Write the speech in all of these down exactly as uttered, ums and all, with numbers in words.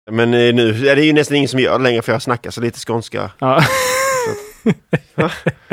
Men eh, nu är det ju nästan ingen som gör det längre för jag snackar så lite skånska. Ja. Så,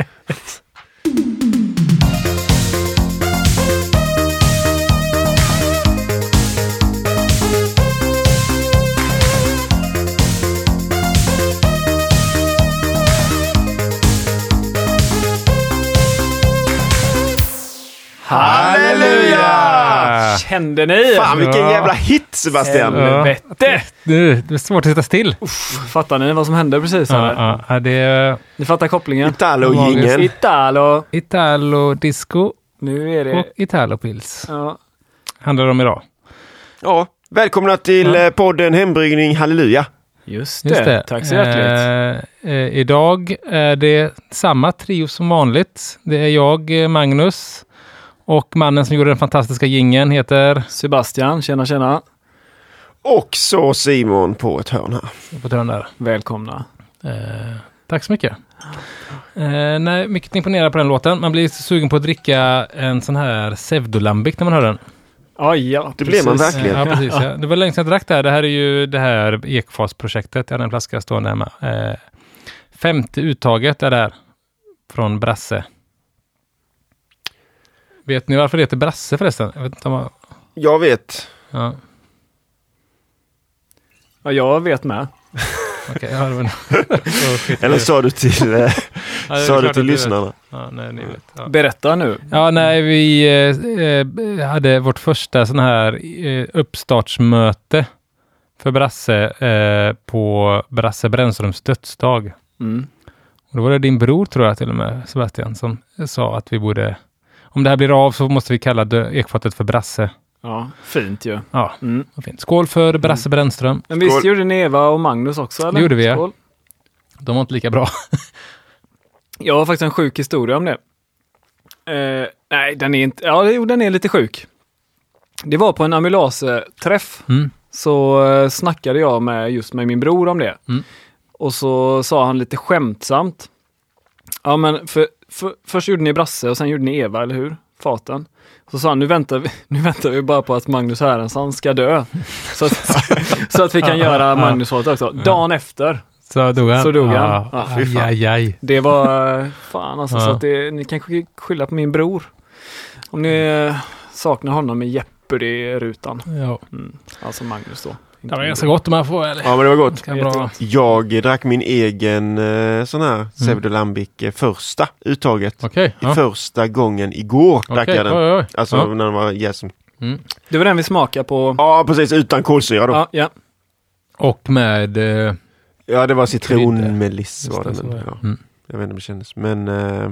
halleluja! Kände ni? Fan vilken Ja. jävla hit, Sebastian. Helvete! Du, det är svårt att sitta still. Fattar ni vad som hände precis? Eller? Ja, ja, det är Ni fattar kopplingen? Italo-jingeln. Italo. Italo disco Nu är och det... Italo pils. Ja. Handlar det om idag. Ja, välkomna till Ja. eh, podden Hembryggning Halleluja. Just det. Just det. Tack så hjärtligt. Eh, eh, idag är det samma trio som vanligt. Det är jag, eh, Magnus, och mannen som gjorde den fantastiska jingeln heter... Sebastian, tjena tjena. Och så Simon på ett hörn här. På dörren där. Välkomna. Eh, tack så mycket. Eh, nej, mycket imponerad på den låten. Man blir sugen på att dricka en sån här pseudolambic när man hör den. Ja, ja. Det blir man precis. verkligen. Ja, precis. Ja. Det var länge sedan jag drack det här. Det här är ju det här ekfasprojektet. Jag hade en flaska stående hemma. Eh, femte uttaget är där. Från Brasse. Vet ni varför det heter Brasse förresten? Jag vet inte om jag... Jag vet. Ja, Ja, jag vet med. okej. Ja, det var... Så skit i Eller det. sa du till, eh, Ja, det är sa klart du att till du lyssnarna? vet. Ja, nej, ni vet. Ja. Berätta nu. Ja, nej, vi eh, eh, hade vårt första sån här eh, uppstartsmöte för Brasse eh, på Brasse Brännströms dödsdag. Mm. Och då var det din bror, tror jag till och med, Sebastian, som sa att vi borde, om det här blir av så måste vi kalla dö- ekfatet för Brasse. Ja, fint ju. Ja, Mm. vad fint. Skål för Brasse Brännström. Men visst Skål. gjorde ni Eva och Magnus också, eller? Det gjorde vi, ja. Skål. De var inte lika bra. Jag har faktiskt en sjuk historia om det. Eh, nej, den är inte... Ja, jo, den är lite sjuk. Det var på en amylaseträff. Mm. Så eh, snackade jag med just med min bror om det. Mm. Och så sa han lite skämtsamt. Ja, men för, för, först gjorde ni Brasse och sen gjorde ni Eva, eller hur? Faten. Så sa han, nu väntar vi, nu väntar vi bara på att Magnus Härensson ska dö. Så att, så att vi kan göra Magnus fatet också. Dagen efter. Så dog han. Så dog han. Ja. Ja, fy fan. Aj, aj, aj. Det var eh, fan alltså, Ja. så att det, ni kan sk- skylla på min bror. Om ni eh, saknar honom i Jeopardy-rutan. Ja. Mm. Alltså Magnus då. Inte Det var min ganska bror. gott om man får, eller? Ja, men det var gott. Kan bra. Jag drack min egen eh, sån här pseudolambic eh, första uttaget. Okej. I Ja. första gången igår drack Okej, jag den. oj, oj. Alltså Ja. när den var jäsen. Mm. Det var den vi smakade på. Ja, precis. Utan kolsyra då. Ja, Ja, ja. Och med... Eh, det var citronmeliss var Just det, den. så var det. Ja. Mm. Jag vet inte om det kändes. Men eh,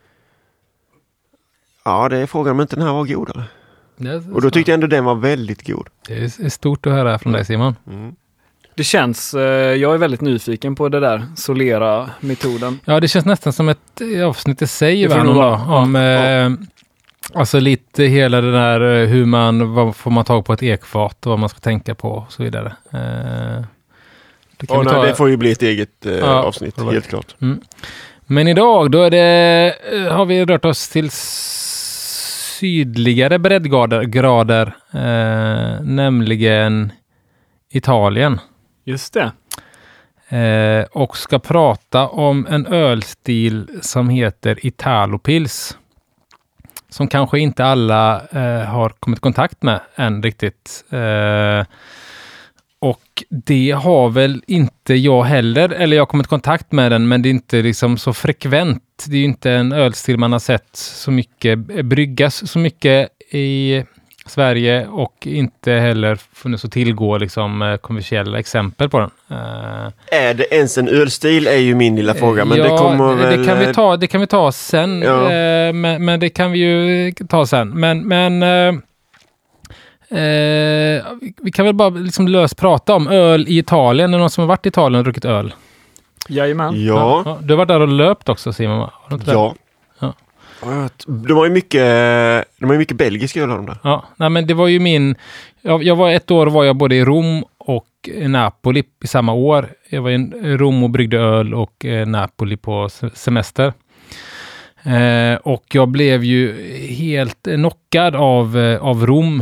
ja, det är frågan om inte den här var god eller? det, Och då tyckte jag ändå den var väldigt god. det är stort att höra från dig, Simon. Mm. Det känns, eh, jag är väldigt nyfiken på det där Solera-metoden. Ja, det känns nästan som ett eh, avsnitt i sig, Det får va, det någon nog dag, vara. om Ja, eh, alltså lite hela det där eh, hur man, vad får man tag på ett ekfat och vad man ska tänka på och så vidare. Eh, det kan Ja, vi nej, ta. det får ju bli ett eget eh, Ja, avsnitt, får det vara. helt klart. Mm. Men idag, då är det, eh, har vi rört oss till sydligare breddgrader, grader, eh, nämligen Italien. Just det. Eh, och ska prata om en ölstil som heter Italo Pils. Som kanske inte alla eh, har kommit i kontakt med än riktigt. Eh, och det har väl inte jag heller, eller jag har kommit i kontakt med den, men det är inte liksom så frekvent. Det är ju inte en ölstil man har sett så mycket bryggas så mycket i Sverige och inte heller funnits att tillgå liksom eh, kommersiella exempel på den. Eh, Är det ens en ölstil är ju min lilla fråga, men ja, det kommer det, väl... det kan vi ta, det kan vi ta sen. Ja. Eh, men, men det kan vi ju ta sen. Men, men eh, eh, vi kan väl bara liksom löst prata om öl i Italien. Är det någon som har varit i Italien och druckit öl? Jajamän. Ja, Ja, du har varit där och löpt också, Simon, va? Har du inte det? ja. Ja. Ja. De har ju mycket, de har ju mycket belgisk öl, har de där. Ja, nej, men det var ju min... Jag, jag var ett år var jag både i Rom och i Napoli i samma år. Jag var i Rom och bryggde öl och eh, Napoli på se- semester. Eh, och jag blev ju helt knockad av, eh, av Rom.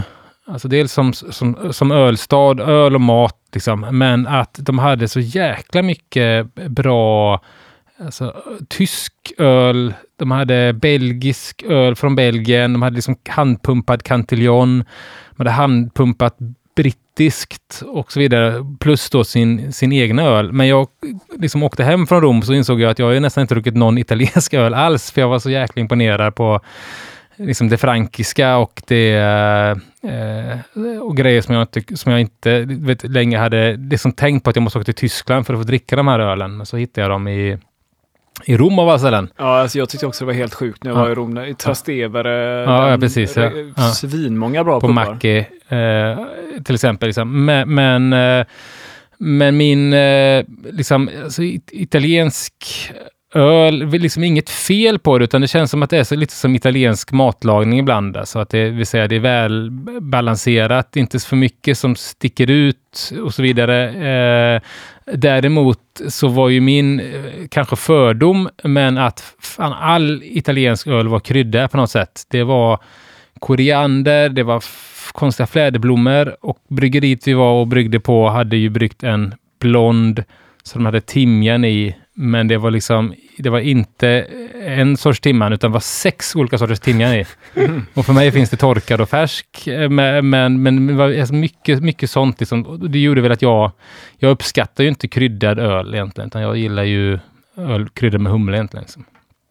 Alltså dels som, som, som ölstad, öl och mat liksom, men att de hade så jäkla mycket bra alltså, tysk öl, de hade belgisk öl från Belgien, de hade liksom handpumpad Cantillon, de hade handpumpat brittiskt och så vidare, plus då sin, sin egna öl. Men jag liksom åkte hem från Rom så insåg jag att jag har nästan inte druckit någon italiensk öl alls, för jag var så jäkla imponerad på liksom det frankiska och det eh, och grejer som jag inte, som jag inte vet, länge hade liksom tänkt på att jag måste åka till Tyskland för att få dricka de här ölen. Men så hittade jag dem i I Rom av alla ställen. Ja, alltså jag tyckte också det var helt sjukt när jag ja. var i Rom. I Trastevere. Ja, ja, precis. Ja. Ja. Svinmånga bra på Macke eh, till exempel. Liksom. Men, men, eh, men min eh, liksom, alltså, italiensk öl, liksom inget fel på det, utan det känns som att det är så lite som italiensk matlagning ibland. Alltså att det vill säga det är väl balanserat, inte för mycket som sticker ut och så vidare. Eh, däremot så var ju min eh, kanske fördom, men att fan, all italiensk öl var krydda på något sätt. Det var koriander, det var f- konstiga fläderblommor, och bryggeriet vi var och bryggde på hade ju bryggt en blond så de hade timjan i. Men det var liksom, det var inte en sorts timjan, utan det var sex olika sorters timjan i. Mm. Och för mig finns det torkad och färsk. Men, men, men det var alltså mycket, mycket sånt. Liksom. Det gjorde väl att jag, jag uppskattar ju inte kryddad öl egentligen. Utan jag gillar ju öl kryddad med humle egentligen. Liksom.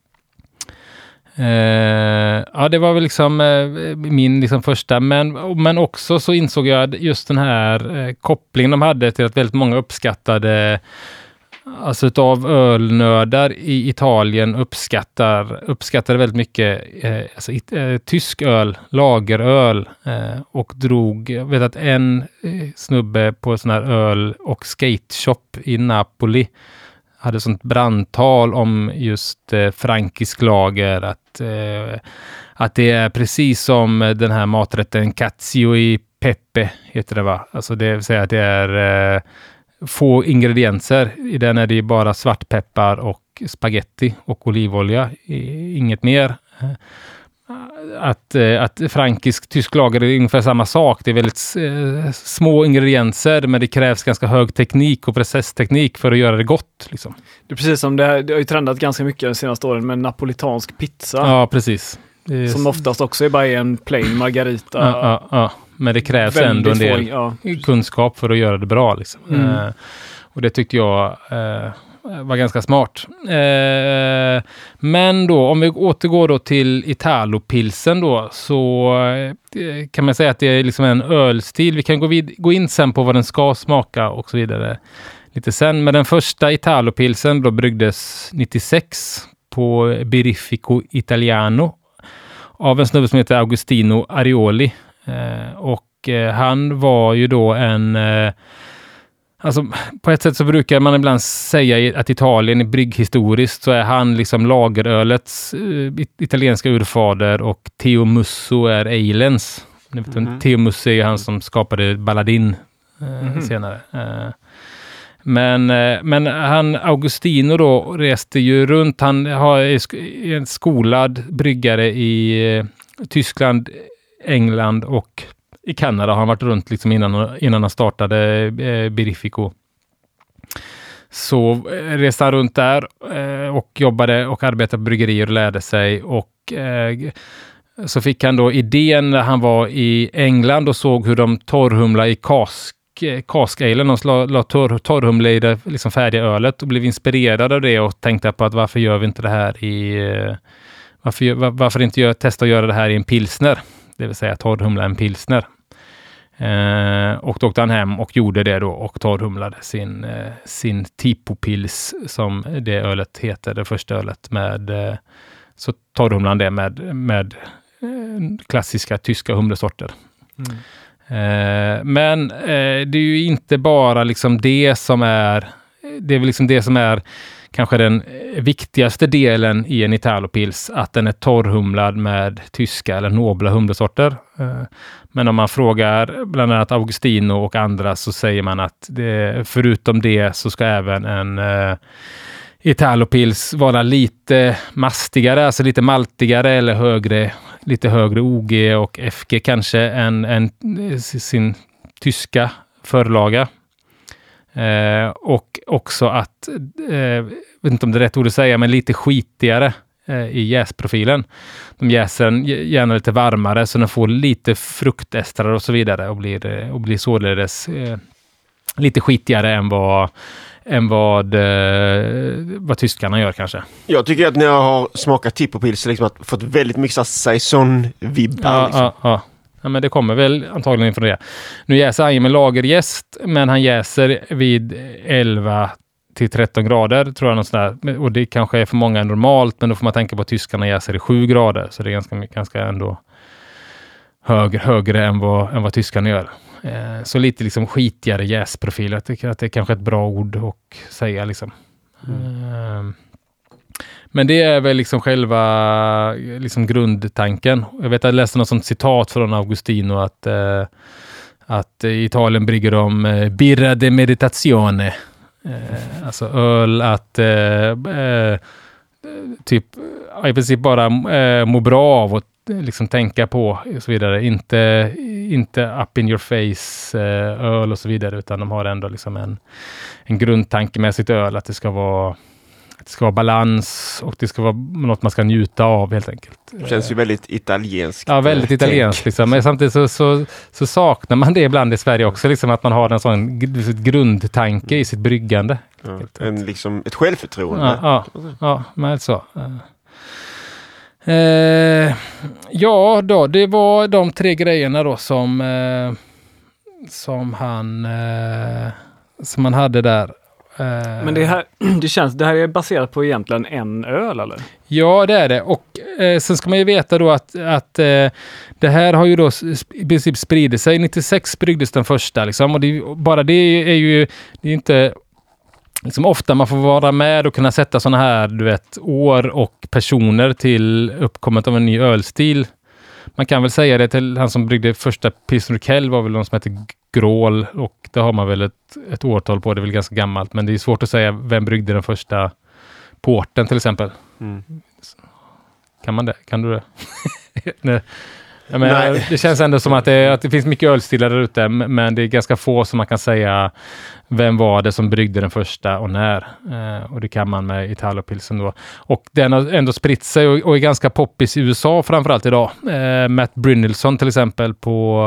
Eh, ja, det var väl liksom eh, min liksom första. Men, men också så insåg jag just den här eh, kopplingen de hade till att väldigt många uppskattade, alltså utav ölnördar i Italien uppskattar uppskattade väldigt mycket eh, alltså, it, eh, tysk öl, lageröl eh, och drog, jag vet att en eh, snubbe på sån här öl och skate shop i Napoli hade sånt brandtal om just eh, frankisk lager, att, eh, att det är precis som den här maträtten cacio e pepe heter det, va? Alltså det vill säga att det är eh, få ingredienser. I den är det bara svartpeppar och spaghetti och olivolja. Inget mer. Att, att frankisk tysk lager är ungefär samma sak. Det är väldigt eh, små ingredienser, men det krävs ganska hög teknik och processteknik för att göra det gott. Liksom. Det är precis som det, här, det har ju trendat ganska mycket de senaste åren med napolitansk pizza. Ja, precis. Är... Som oftast också är bara en plain margarita. Ja, ja, ja. Men det krävs väldigt ändå en del få, ja. kunskap för att göra det bra. Liksom. Mm. Eh, och det tyckte jag eh, var ganska smart. Eh, men då, om vi återgår då till Italopilsen då, så eh, kan man säga att det är liksom en ölstil. Vi kan gå, vid, gå in sen på vad den ska smaka och så vidare lite sen. Men den första Italopilsen då bryggdes nittiosex på Birrifico Italiano av en snubbe som heter Agostino Arioli. Eh, och eh, han var ju då en eh, alltså på ett sätt så brukar man ibland säga att Italien är brygghistoriskt, så är han liksom lagerölets eh, italienska urfader, och Theo Musso är alens. Ni vet, mm-hmm. Theo Musso är han som skapade Balladin eh, mm-hmm. senare. Eh, men, eh, men han Agostino då reste ju runt, han har en skolad bryggare i eh, Tyskland, England och i Kanada har han varit runt liksom innan, innan han startade eh, Birrifico. Så eh, reste han runt där eh, och jobbade och arbetade på bryggerier och lärde sig. Och eh, så fick han då idén när han var i England och såg hur de torrhumla i kask, kaskalen. De la, la torr, torrhumla i det liksom färdiga ölet och blev inspirerad av det och tänkte på att varför gör vi inte det här i... Eh, varför, var, varför inte gör, testa att göra det här i en pilsner? Det vill säga torrhumla en pilsner. Eh, och då åkte han hem och gjorde det då och torrhumlade sin, eh, sin Tipo-pils som det ölet heter, det första ölet med, eh, så torrhumlade han det med, med eh, klassiska tyska humlesorter. Mm. Eh, men eh, det är ju inte bara liksom det som är, det är väl liksom det som är kanske den viktigaste delen i en Italopils, att den är torrhumlad med tyska eller nobla humlesorter. Men om man frågar bland annat Agostino och andra så säger man att det, förutom det så ska även en uh, Italopils vara lite mastigare, alltså lite maltigare eller högre lite högre O G och F G kanske än, än sin tyska förlaga. Eh, och också att, eh, jag vet inte om det är rätt ord att säga, men lite skitigare eh, i jäsprofilen. De jäser gärna lite varmare så den får lite fruktestrar och så vidare och blir, och blir således eh, lite skitigare än vad än vad, eh, vad tyskarna gör kanske. Jag tycker att när jag har smakat Tippopils liksom att fått väldigt mycket saison-vibbar. Ja, liksom. ja, ja. Ja, men det kommer väl antagligen från det. Nu jäser han ju med lagerjäst, men han jäser vid elva till tretton grader tror jag. Något sådär. Och det kanske är för många normalt, men då får man tänka på att tyskarna jäser i sju grader. Så det är ganska, ganska ändå högre, högre än vad, än vad tyskarna gör. Eh, så lite liksom skitigare jäsprofil. Jag tycker att det är kanske ett bra ord att säga liksom. Mm. Eh, Men det är väl liksom själva liksom grundtanken. Jag vet att jag läste något sånt citat från Augustino att, eh, att i Italien brygger de eh, birra de meditazione. Eh, alltså öl att eh, eh, typ i princip bara eh, må bra av och liksom tänka på och så vidare. Inte, inte up in your face eh, öl och så vidare, utan de har ändå liksom en, en grundtanke med sitt öl att det ska vara det ska vara balans och det ska vara något man ska njuta av helt enkelt. Det känns ju väldigt italienskt. Ja, väldigt italienskt liksom. Men samtidigt så, så, så saknar man det ibland i Sverige också, liksom att man har en sån grundtanke i sitt bryggande. Ja, en, liksom ett självförtroende. Ja, ja, ja men så. Eh, ja, då, det var de tre grejerna då som, eh, som han eh, som han hade där. Men det här, det känns, det här är baserat på egentligen en öl, eller? Ja, det är det. Och eh, sen ska man ju veta då att, att eh, det här har ju då i princip spridit sig. nittiosex bryggdes den första liksom. Och det, bara det är ju det är inte liksom ofta man får vara med och kunna sätta sådana här, du vet, år och personer till uppkommet av en ny ölstil. Man kan väl säga det till han som bryggde första Pilsner Urquell var väl någon som heter Grål, och det har man väl ett, ett årtal på, det är väl ganska gammalt, men det är svårt att säga vem bryggde den första porten till exempel. Mm. Kan man det? Kan du det? Nej. Jag menar, det känns ändå som att det, att det finns mycket ölstilar där ute, men det är ganska få som man kan säga vem var det som bryggde den första och när. Eh, och det kan man med Italopilsen då. Och den har ändå spritt sig och, och är ganska poppis i U S A framförallt idag. Eh, Matt Brynilsson till exempel på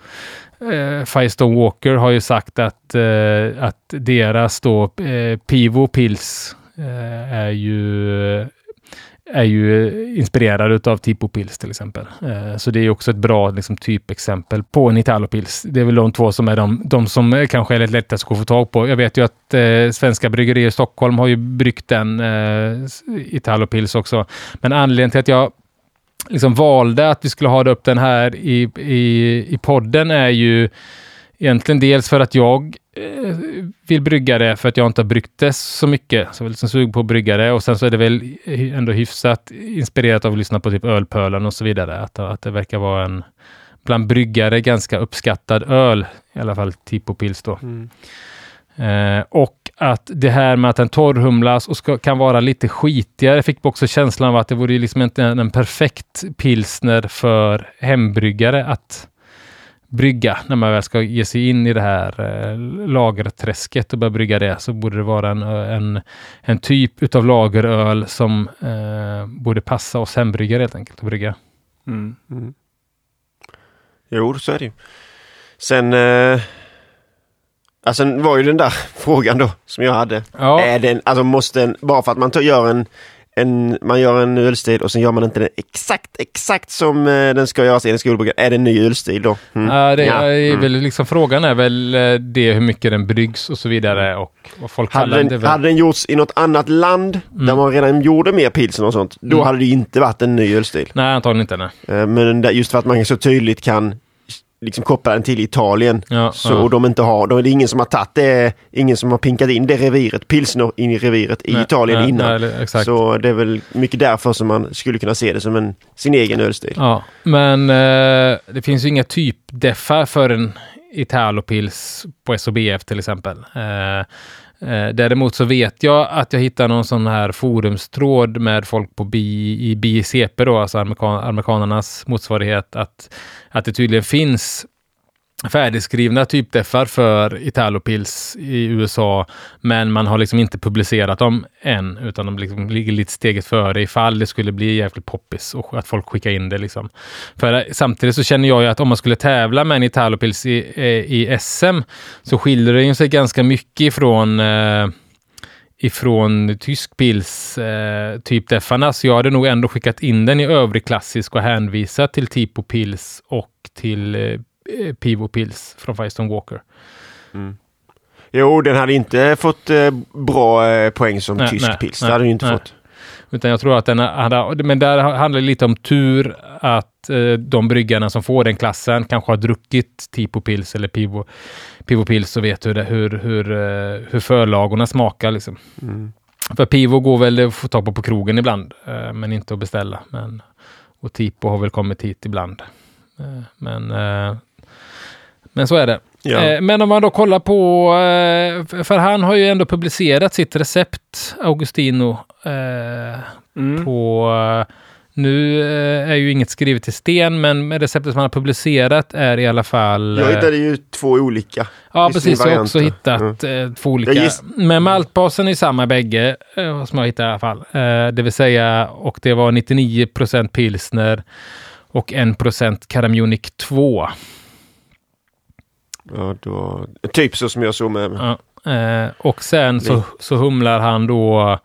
eh, Firestone Walker har ju sagt att, eh, att deras då eh, Pivo Pils eh, är ju är ju inspirerad utav Tipo Pils till exempel. Eh, så det är också ett bra liksom, typexempel på en Italopils. Det är väl de två som är de, de som kanske är lite lättast att få tag på. Jag vet ju att eh, Svenska Bryggerier i Stockholm har ju bryggt en eh, Italopils också. Men anledningen till att jag liksom valde att vi skulle ha upp den här i, i, i podden är ju egentligen dels för att jag eh, vill brygga det för att jag inte har bryggt det så mycket. Så jag är liksom sugen på att brygga det. Och sen så är det väl ändå hyfsat inspirerat av att lyssna på typ Ölpölen och så vidare. Att, att det verkar vara en bland bryggare ganska uppskattad öl. I alla fall Tipo Pils då. Mm. Eh, och att det här med att den torrhumlas och ska, kan vara lite skitigare. Jag fick också känslan av att det vore liksom inte en, en perfekt pilsner för hembryggare att brygga. När man väl ska ge sig in i det här eh, lagerträsket och börja brygga det, så borde det vara en, en, en typ utav lageröl som eh, borde passa oss hembryggare helt enkelt att brygga. Mm. Mm. Jo, så är det ju. Sen eh, alltså var ju den där frågan då som jag hade. Ja. Är den, alltså måste den, bara för att man tar, gör en En, man gör en ölstil och sen gör man inte den exakt exakt som eh, den ska göras i en skolbok. Är det en ny ölstil då? Mm. Ja, det ja. är mm. väl liksom, frågan är väl det hur mycket den bryggs och så vidare, och vad folk hade den, det väl... hade den gjorts i något annat land mm. där man redan gjorde mer pilsen och sånt, då mm. hade det inte varit en ny ölstil. Nej, antagligen inte. Nej. Eh, men just för att man så tydligt kan liksom koppla den till Italien, ja, så ja. de inte har, då är det ingen som har tagit det, ingen som har pinkat in det reviret, pilsner in i reviret i nej, Italien nej, innan. Nej, exakt. Så det är väl mycket därför som man skulle kunna se det som en, sin egen ölstil. Ja, men eh, det finns ju inga typdeffar för en Italopils på S O B F till exempel. Eh, eh, däremot så vet jag att jag hittar någon sån här forumstråd med folk på B, i B I C P då, alltså amerikan, amerikanernas motsvarighet, att, att det tydligen finns färdigskrivna typdeffar för Italopils i U S A, men man har liksom inte publicerat dem än, utan de liksom ligger lite steget före ifall det skulle bli jävligt poppis och att folk skickar in det liksom. För samtidigt så känner jag ju att om man skulle tävla med en Italopils i, i S M så skiljer det ju sig ganska mycket ifrån eh, ifrån tysk pils eh, typdeffarna, så jag hade nog ändå skickat in den i övrig klassisk och hänvisat till Tipo Pils och till eh, Pivo Pils från Firestone Walker. Mm. Jo, den hade inte fått eh, bra eh, poäng som nej, tysk nej, pils. Nej, det hade den inte nej. fått. Utan jag tror att den hade, men där handlar det lite om tur att eh, de bryggarna som får den klassen kanske har druckit Tipo Pils eller Pivo, Pivo Pils och vet hur, det, hur, hur, uh, hur förlagorna smakar liksom. Mm. För Pivo går väl att få tag på på krogen ibland, uh, men inte att beställa. Men, och Tipo har väl kommit hit ibland. Uh, men uh, Men så är det. Ja. Eh, men om man då kollar på, eh, för han har ju ändå publicerat sitt recept, Augustino, eh, Mm. på, eh, nu eh, är ju inget skrivet i sten, men receptet som han har publicerat är i alla fall... Jag eh, hittade ju två olika. Ja, i precis. sin Jag har också varianter. hittat Mm. eh, två olika. giss- Men maltbasen är samma bägge, eh, som jag hittade i alla fall. Eh, det vill säga, och det var nittionio procent pilsner och en procent Karamunic två. Ja, det var typ så som jag såg med. Ja, eh, och sen så, så humlar han då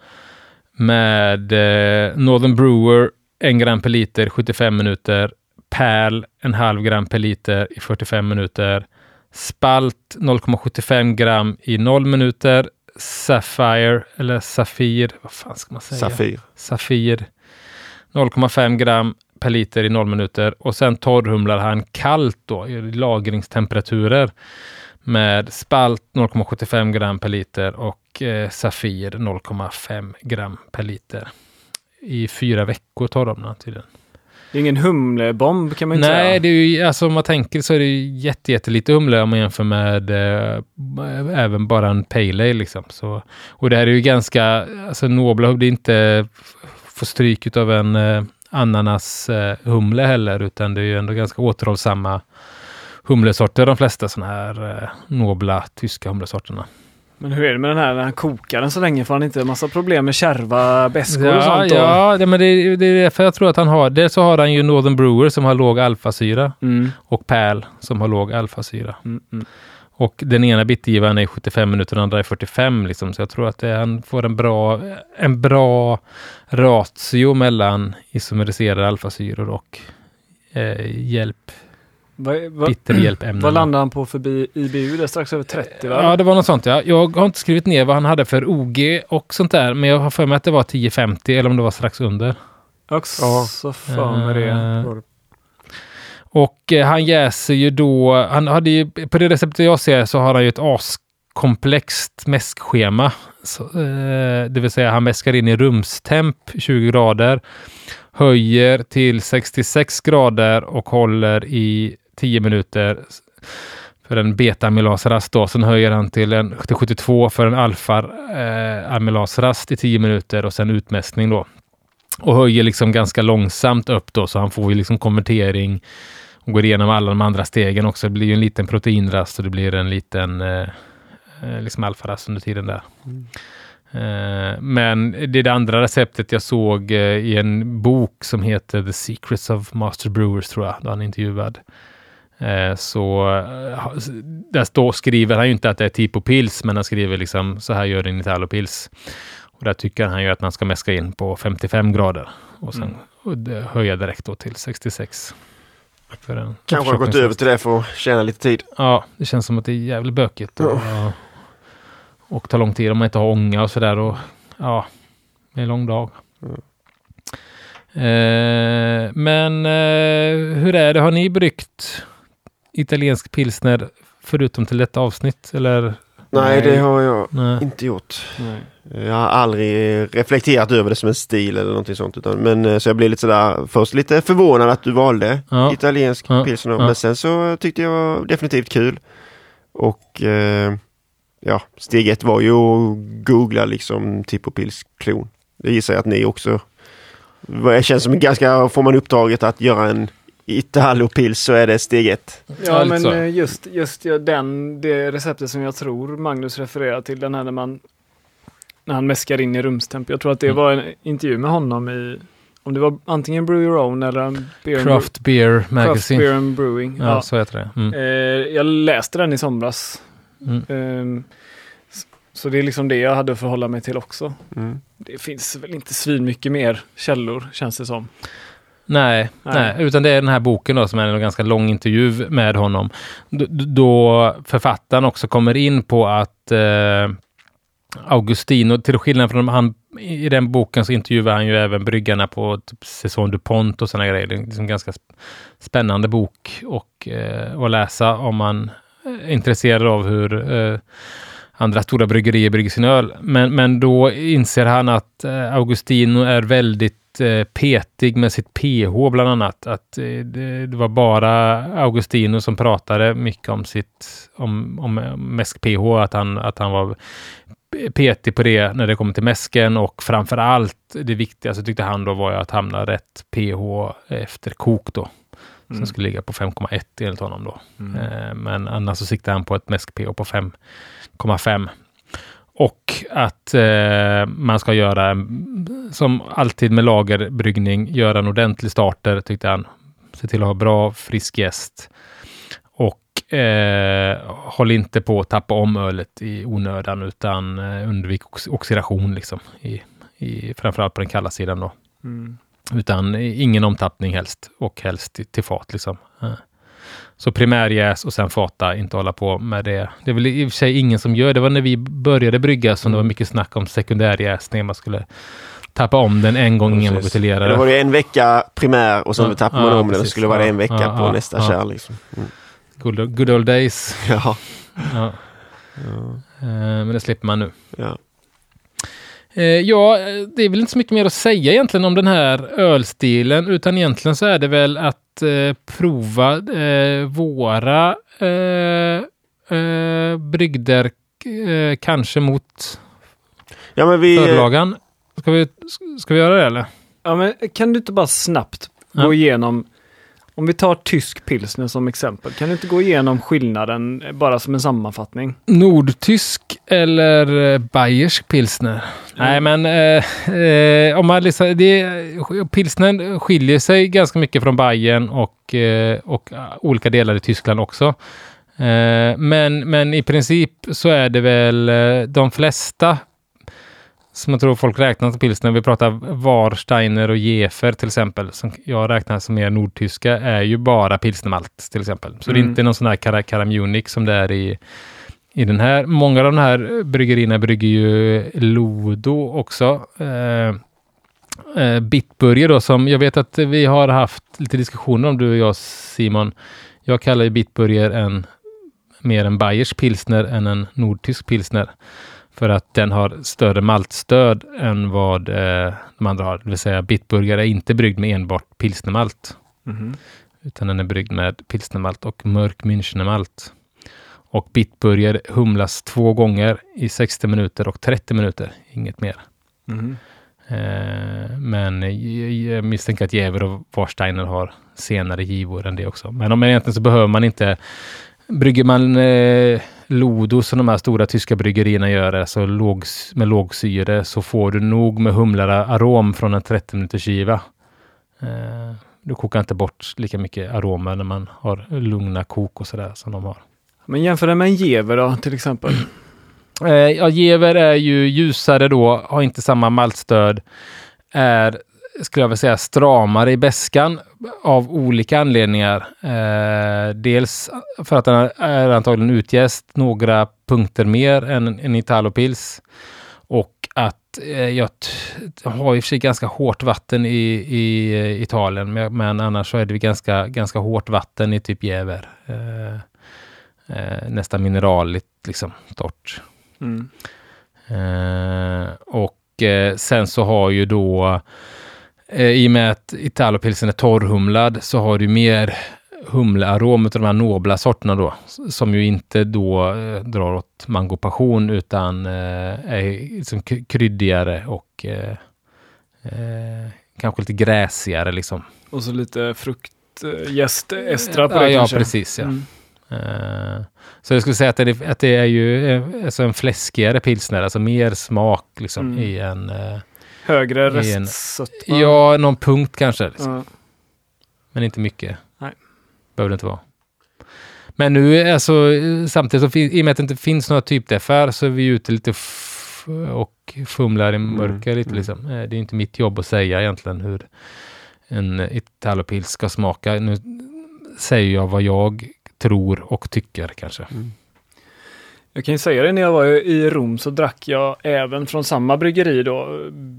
med eh, Northern Brewer en gram per liter sjuttiofem minuter, Pärl en halv gram per liter i fyrtiofem minuter, Spalt noll komma sjuttiofem gram i noll minuter, Sapphire eller Safir, vad fan ska man säga? Safir. Safir noll komma fem gram per liter i noll minuter, och sen torrhumlar han kallt då i lagringstemperaturer med Spalt noll komma sjuttiofem gram per liter och eh, Safir noll komma fem gram per liter. I fyra veckor tar de tydligen. Det är ingen humlebomb kan man inte Nej, säga. det är ju, alltså om man tänker så är det ju jätte, jättelite humle om man jämför med eh, även bara en pale ale liksom. Så, och det här är ju ganska, alltså Nobla behövde inte få stryk av en eh, ananas eh, humle heller, utan det är ju ändå ganska återhållsamma humlesorter, de flesta sådana här eh, nobla tyska humlesorterna. Men hur är det med den här när han kokar den så länge? Får han inte en massa problem med kärva bäskor ja, och sånt då? Ja, det, men det, det är därför jag tror att han har det. Så har han ju Northern Brewer som har låg alfasyra Mm. och Pärl som har låg alfasyra. Mm, mm. Och den ena bitgivaren är sjuttiofem minuter, den andra är fyrtiofem liksom. Så jag tror att det, han får en bra, en bra ratio mellan isomeriserade alfasyror och eh, hjälp, Va, va, bitterhjälpämnen. vad landar han på för bi, I B U? Det är strax över trettio va? Ja, det var något sånt. Ja. Jag har inte skrivit ner vad han hade för O G och sånt där, men jag har för mig att det var tio femtio eller om det var strax under. Också Ja. för med det. Eh, Och eh, han jäser ju då, han hade ju, på det receptet jag ser så har han ju ett askomplext mäskschema. Så, eh, det vill säga han mäskar in i rumstemp tjugo grader, höjer till sextiosex grader och håller i tio minuter för en beta-amylasrast då. Sen höjer han till, en, till sjuttiotvå för en alfa-amylasrast i tio minuter och sen utmäskning då. Och höjer liksom ganska långsamt upp då, så han får ju liksom konvertering och går igenom alla de andra stegen också. Det blir ju en liten proteinrast och det blir en liten eh, liksom alfarast under tiden där. Mm. Eh, men det är det andra receptet jag såg eh, i en bok som heter The Secrets of Master Brewers, tror jag, då han är intervjuad. Eh, så eh, där står, skriver han ju inte att det är Tipo Pils, men han skriver liksom så här gör en Italopils. Och där tycker han ju att man ska mäska in på femtiofem grader och sen mm. höja direkt då till sextiosex. För en Kanske har gått över till det för att tjäna lite tid. Ja, det känns som att det är jävligt bökigt. Och, och, och tar lång tid om man inte har ånga och sådär. Och ja, det är en lång dag. Mm. Eh, men eh, hur är det? Har ni bryggt italiensk pilsner förutom till detta avsnitt? Eller? Nej, det har jag Nej. inte gjort. Nej. Jag har aldrig reflekterat över det som en stil eller någonting sånt. Utan, men så jag blev lite sådär, först lite förvånad att du valde Ja. italiensk Ja. pilsner. Ja. Men sen så tyckte jag var definitivt kul. Och eh, ja, steg ett var ju att googla liksom Tipo Pils klon. Det gissar jag att ni också. Det känns som ganska, får man uppdraget att göra en Italo Pils så är det steg ett. Ja, men just, just ja, den, det receptet som jag tror Magnus refererar till, den här när man när han mäskar in i rumstemp. Jag tror att det mm. var en intervju med honom i, om det var antingen Brew Your Own eller en beer Craft and, Beer Magazine. Craft Beer and Brewing. Ja, ja. Så heter det. Mm. Eh, jag läste den i somras. Mm. Eh, så, så det är liksom det jag hade att förhålla mig till också. Mm. Det finns väl inte svin mycket mer källor, känns det som. Nej, nej. nej, utan det är den här boken då som är en ganska lång intervju med honom. D- då författaren också kommer in på att eh, Augustino, till skillnad från han, i den boken så intervjuar han ju även bryggarna på typ Saison du Pont och såna grejer. Det är liksom en ganska spännande bok och, eh, att läsa om man är intresserad av hur eh, andra stora bryggerier brygger sin öl. Men, men då inser han att eh, Augustino är väldigt petig med sitt pH bland annat. Att det, det var bara Augustino som pratade mycket om sitt om, om mäsk-pH, att han, att han var petig på det när det kommer till mäsken, och framförallt det viktigaste tyckte han då var att hamna rätt pH efter kok då. Som mm. skulle ligga på fem komma ett enligt honom då. Mm. Eh, men annars så siktade han på ett mäsk-pH på fem komma fem. Och att eh, man ska göra, som alltid med lagerbryggning, göra en ordentlig starter, tyckte han. Se till att ha bra, frisk jäst. Och eh, håll inte på att tappa om ölet i onödan, utan eh, undvik ox- oxidation liksom. I, i, framförallt på den kalla sidan då. Mm. Utan ingen omtappning helst. Och helst till, till fat liksom. Ja. Så primärjäs och sen fata, inte hålla på med det. Det är väl i och för sig ingen som gör. Det var när vi började brygga som mm. det var mycket snack om sekundärjäsning. Man skulle tappa om den en gång innan man buteljerade. Det var det en vecka primär och så ja, tappade man ja, om precis. Den. Så skulle det vara ja, en vecka ja, på ja, nästa ja. Kärl. Liksom. Mm. Good, good old days. Ja. ja. ja. Men det slipper man nu. Ja. Ja, det är väl inte så mycket mer att säga egentligen om den här ölstilen, utan egentligen så är det väl att eh, prova eh, våra eh, eh, brygder eh, kanske mot ja, men vi, förlagan. Ska vi, ska vi göra det eller? Ja, men kan du inte bara snabbt ja. gå igenom, om vi tar tysk pilsner som exempel, kan du inte gå igenom skillnaden bara som en sammanfattning? Nordtysk eller bayersk pilsner? Mm. Nej, men eh, eh, om man liksom, det, pilsner skiljer sig ganska mycket från Bayern och, eh, och olika delar i Tyskland också. Eh, men, men i princip så är det väl eh, de flesta som jag tror folk räknar som pilsner. Vi pratar Warsteiner och Jefer till exempel, som jag räknar som mer nordtyska, är ju bara pilsnermalt till exempel. Så mm. det är inte någon sån här Kara, Kara Munich som det är i, i den här. Många av de här bryggerierna brygger ju Lodo också. Eh, eh, Bitburger då, som jag vet att vi har haft lite diskussioner om, du och jag Simon. Jag kallar ju Bitburger en mer en bayersk pilsner än en nordtysk pilsner. För att den har större maltstöd än vad eh, de andra har. Det vill säga Bitburger är inte bryggd med enbart pilsnermalt. Mm-hmm. Utan den är bryggd med pilsnermalt och mörk Münchnermalt. Och Bitburger humlas två gånger i sextio minuter och trettio minuter. Inget mer. Mm-hmm. Eh, men jag, jag misstänker att Jever och Warsteiner har senare givor än det också. Men om egentligen så behöver man inte... Brygger man eh, Lodo som de här stora tyska bryggerierna gör, alltså låg, med lågsyre, så får du nog med humlare arom från en trettio minuters giva. Eh, du kokar inte bort lika mycket aromer när man har lugna kok och sådär som de har. Men jämför det med en Jever då till exempel? Eh, ja, Jever är ju ljusare då, har inte samma maltstöd, är, skulle jag vilja säga, stramare i bäskan av olika anledningar. Eh, dels för att den är antagligen utjäst några punkter mer än en Italopils, och att eh, jag t- har i och för sig ganska hårt vatten i, i uh, Italien, men, men annars så är det ganska, ganska hårt vatten i typ Jever. Eh, eh, nästan mineraligt, liksom torrt. Mm. Eh, och eh, sen så har ju då i och med att Italopilsen är torrhumlad så har du mer humlearom av de här nobla sorterna då, som ju inte då eh, drar åt mango passion utan eh, är liksom k- kryddigare och eh, eh, kanske lite gräsigare liksom. Och så lite frukt, äh, jäst, estra på ja, det ja, kanske. precis. Ja. Mm. Uh, så jag skulle säga att det, att det är ju uh, alltså en fläskigare pilsner, alltså mer smak liksom Mm. i en... Uh, Högre i en, restsötma. Ja, någon punkt kanske. Liksom. Ja. Men inte mycket. Nej. Behöver det inte vara. Men nu, alltså, samtidigt så fin- i och med att det inte finns några typdefär så är vi ute lite f- och fumlar i mörker mm. lite liksom. Det är inte mitt jobb att säga egentligen hur en Italopils ska smaka. Nu säger jag vad jag tror och tycker kanske. Mm. Jag kan ju säga det, när jag var i Rom så drack jag även från samma bryggeri då,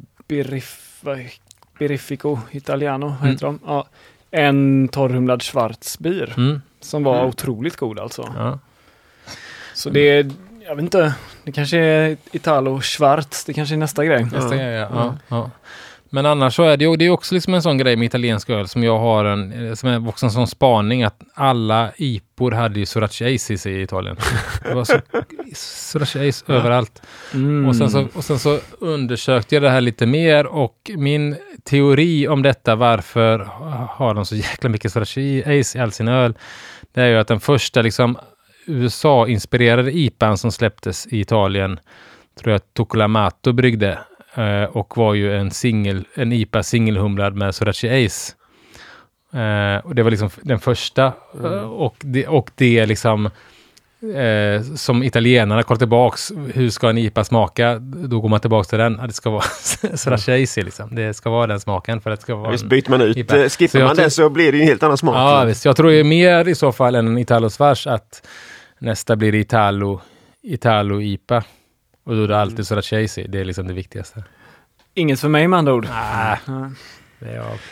Birif, Birifico Italiano mm. heter de. Ja, en torrhumlad schwarzbier mm. som var mm. otroligt god alltså. Ja. Så det är, jag vet inte, det kanske är Italo Schwarz, det kanske är nästa grej. Nästa grej, ja. ja. ja. Men annars så är det ju det är också liksom en sån grej med italiensk öl som jag har en, som är också en sån spaning att alla ipor hade ju Sorace Ace i Italien. Det var så Sorace Ace ja. överallt. Mm. Och, sen så, och sen så undersökte jag det här lite mer och min teori om detta, varför har de så jäkla mycket Sorace Ace i all sin öl, det är ju att den första liksom U S A-inspirerade I P A som släpptes i Italien, tror jag Toccolamato bryggde. Uh, och var ju en singel, en I P A singelhumlad med Sorace Ace. Uh, och det var liksom den första mm. uh, och, det, och det liksom uh, som italienarna kollar tillbaks, hur ska en I P A smaka? Då går man tillbaks till den. Det ska vara Sorace Ace liksom. Det ska vara den smaken för att det ska vara. Ja, visst, byter man ut, I P A. Skippar man den så blir det ju en helt annan smak. Ja, visst. Jag tror ju mer i så fall än en Italo Svars att nästa blir Italo Italo I P A. Och då är det alltid så att Chasey, det är liksom det viktigaste. Inget för mig med andra ord. Ah, det är av.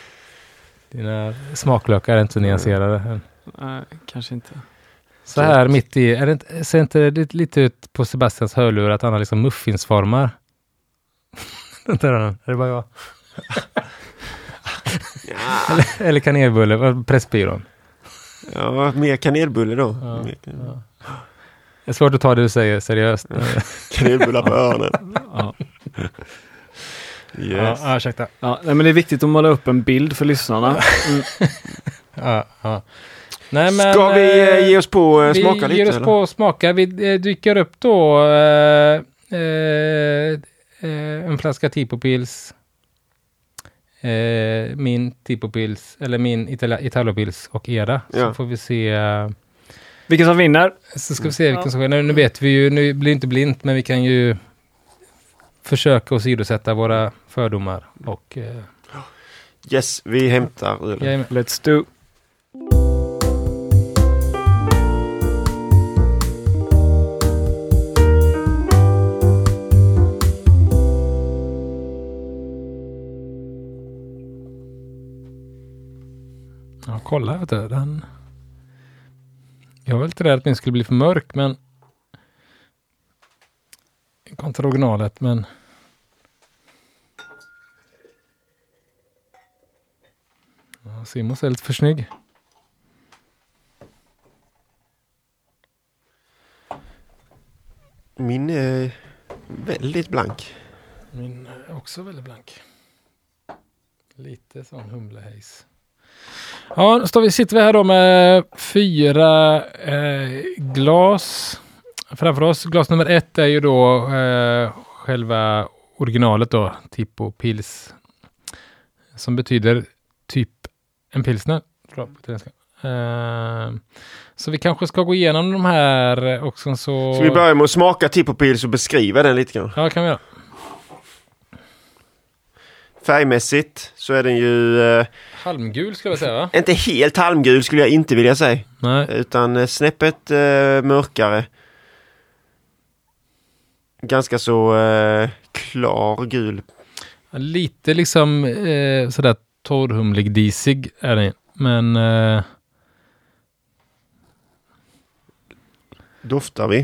Dina smaklökar är inte så nyanserade. Nej, kanske inte. Så här mitt i, är det inte, ser inte det lite ut på Sebastians hörlur att han har liksom muffinsformar? Är det bara jag? Ja. eller, eller kanelbulle, pressbyrån. Ja, mer kanelbulle då. Ja, mer kan... ja. Det är svårt att ta det du säger seriöst. Kanelbullar på öronen. Ja. Yes. Ja, ursäkta. Ja, men det är viktigt att måla upp en bild för lyssnarna. Mm. ja, ja. Nej, men, ska vi äh, ge oss på äh, smaka lite? Vi ger oss eller? på smaka. Vi äh, dyker upp då äh, äh, äh, en flaska Tipo-Pils. Äh, min Tipo-Pils, eller min Itala- Italo-Pils och era. Ja. Så får vi se... Äh, vilken som vinner. Så ska vi se vilken som vinner. Nu vet vi ju, nu blir det inte blint, men vi kan ju försöka åsidosätta våra fördomar. Och, eh, yes, vi hämtar ölen. Let's do. Ja, kolla, vet du, den... Jag var lite rädd att den skulle bli för mörk, men kontra originalet, men ja, Simons är lite för snygg. Min är väldigt blank. Min är också väldigt blank. Lite sån humlehejs. Ja, då står vi, sitter vi här då med fyra eh, glas framför oss. Glas nummer ett är ju då eh, själva originalet då, Tipo Pils, som betyder typ en pilsner. Eh, så vi kanske ska gå igenom de här också. Så, så vi börjar med att smaka Tipo Pils och beskriva den lite grann. Ja, kan vi göra. Färgmässigt så är den ju... Eh, halmgul skulle jag säga, va? Inte helt halmgul skulle jag inte vilja säga. Nej. Utan eh, snäppet eh, mörkare. Ganska så eh, klar gul. Lite liksom eh, sådär torrhumlig disig är den. Men... Eh... Doftar vi.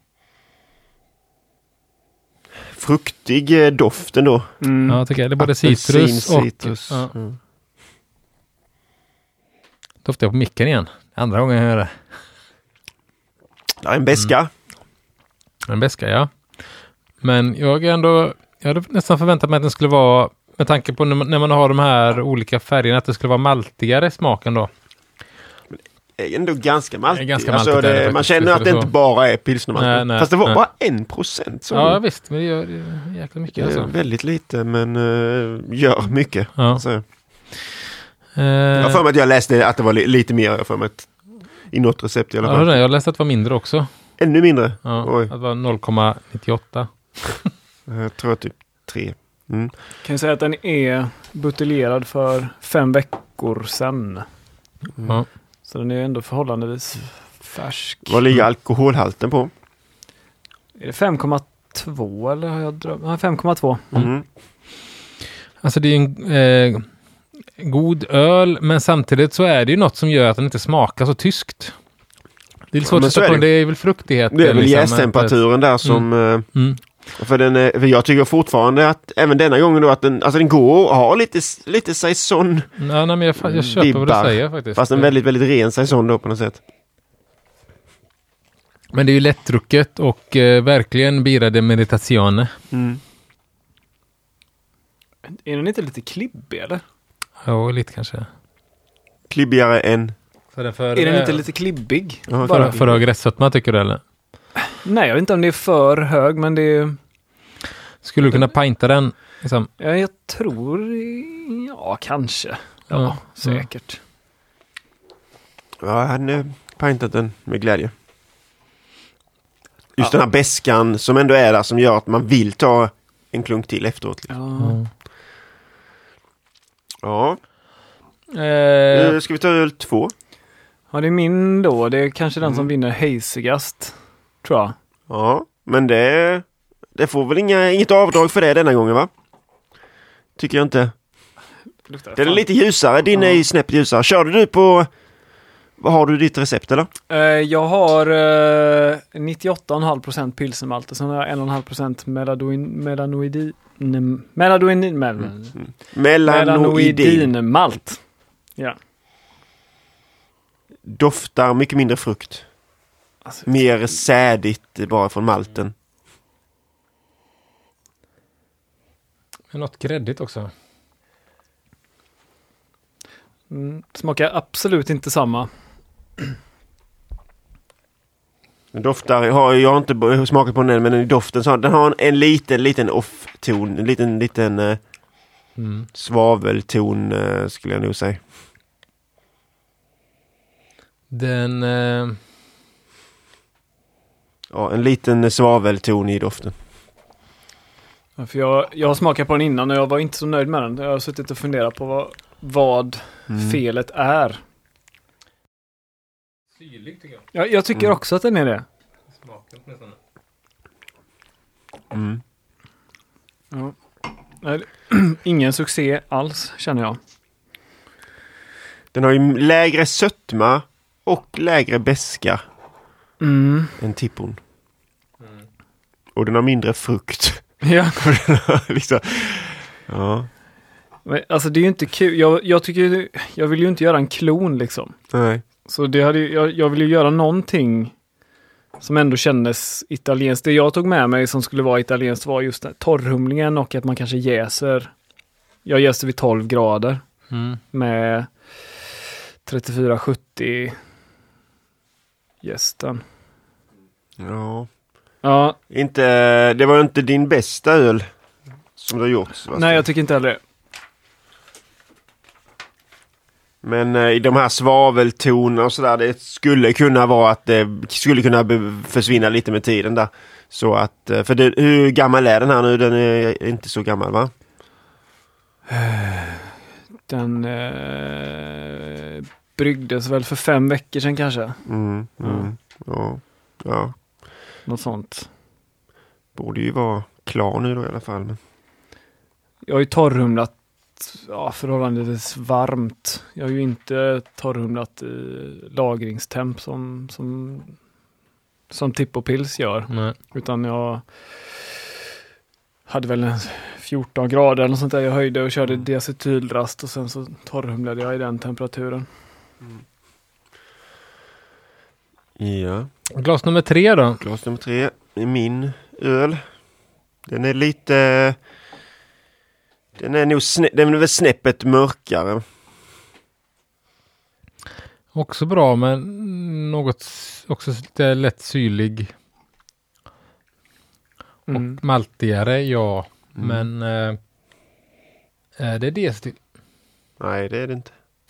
Fruktig eh, doft ändå. Mm. Ja, tycker jag. Det är både citrus och... citrus. Ja. Mm. Doftar jag på micken igen. Andra gången jag gör det. Det är en beska. Mm. En beska, ja. Men jag är ändå... Jag hade nästan förväntat mig att den skulle vara... Med tanke på när man, när man har de här olika färgerna, att det skulle vara maltigare smaken då. Det är ändå ganska maltigt. Ganska alltså maltigt det, det, man känner att det så. Inte bara är pilsnermalt. Fast det var nej. bara en procent. Så ja, visst. Men det gör, det gör jäkla mycket. Det är alltså. väldigt lite, men uh, gör mycket. Ja. Alltså. Uh, jag har för mig att jag läste att det var li- lite mer. Jag för mig att, i något recept i alla fall. Ja, jag läste att det var mindre också. Ännu mindre? Ja, Oj. Att det var noll komma nittioåtta. Jag tror typ tre. Mm. Kan jag säga att den är buteljerad för fem veckor sedan. Mm. Ja. Så den är ändå förhållandevis färsk. Vad ligger alkoholhalten på? Är det fem komma två eller har jag drömt? Ja, fem komma två. Mm. Mm. Alltså det är en eh, god öl, men samtidigt så är det ju något som gör att den inte smakar så tyskt. Det är svårt ja, att säga på, det är väl fruktighet. Det är väl liksom, jästemperaturen där som... Mm. Mm. För, den är, för jag tycker fortfarande att även denna gången då att den, alltså den går och har lite, lite saison. Ja, nej, men jag, jag köper vibbar, vad du säger faktiskt. Fast en väldigt, väldigt ren saison då på något sätt. Men det är ju lättdrucket och eh, verkligen bira de meditazione. Mm. Är den inte lite klibbig eller? Ja, lite kanske. Klibbigare än... För för, är den inte lite klibbig? Ja, för, för hög grässötma tycker du eller? Nej, jag vet inte om det är för hög, men det är... Skulle du kunna pinta den? Liksom? Ja, jag tror... Ja, kanske. Ja, ja säkert. Ja, jag hade pintat den med glädje. Just ja. Den här beskan som ändå är där som gör att man vill ta en klunk till efteråt. Liksom. Ja. Ja. Eh, ska vi ta öl två? Ja, det är min då. Det är kanske den mm. som vinner heisigast, tror jag. Ja, men det, det får väl inga, inget avdrag för det denna gången, va? Tycker jag inte. Det är lite ljusare. Din ja. Är ju snäppet ljusare. Körde du på... Vad har du ditt recept, eller? Uh, jag har uh, nittioåtta komma fem procent pilsnermalt och sen har jag en komma fem procent meladoin, melanoidin... Meladoin... Mel, mm. melanoidinmalt. Ja. Doftar mycket mindre frukt. Alltså, mer sädigt bara från malten. Men något gräddigt också. Mm, smakar absolut inte samma. Den doftar, jag har, jag har inte smakat på den men i doften så den har en, en liten, liten off-ton. En liten, liten uh, mm. svavelton uh, skulle jag nog säga. Den... Uh... Ja, en liten svavelton i doften. Ja, för jag, jag har smakat på den innan och jag var inte så nöjd med den. Jag har suttit och funderat på vad, vad mm. felet är. Syrlig tycker jag. Ja, jag tycker mm. också att den är det. Smaken nästan. Mm. Ja. Ingen succé alls, känner jag. Den har ju lägre sötma och lägre beska mm. än tippon. Mm. Och den har mindre frukt. Ja. liksom. Ja. Men, alltså det är ju inte kul. Jag, jag tycker jag vill ju inte göra en klon liksom. Nej. Så det hade, jag, jag vill ju göra någonting som ändå kändes italienskt. Det jag tog med mig som skulle vara italienskt var just torrhumlingen och att man kanske jäser. Jag jäser vid tolv grader mm. med trettiofyra sjuttio jästen. Ja. Ja. Inte, det var inte din bästa öl som du har gjort. Nej, jag tycker inte heller det. Men eh, i de här svaveltonerna och sådär, det skulle kunna vara att det skulle kunna be- försvinna lite med tiden där. Så att, eh, för det, hur gammal är den här nu? Den är inte så gammal, va? Den eh, bryggdes väl för fem veckor sedan kanske. Mm, mm, mm. Ja, ja. Något sånt. Borde ju vara klar nu då i alla fall. Men... Jag har ju torrhumlat ja, förhållandevis varmt. Jag har ju inte torrhumlat i lagringstemp som som, som Tipp och Pils gör. Nej. Utan jag hade väl en fjorton grader eller något sånt där. Jag höjde och körde diacetylrast och sen så torrhumlade jag i den temperaturen. Mm. Ja. Glas nummer tre då? Glas nummer tre är min öl. Den är lite... Den är nog snä... den är väl snäppet mörkare. Också bra, men något också lite lätt syrlig. Mm. Och maltigare, ja. Mm. Men eh, är det det stil? Nej, det är det inte.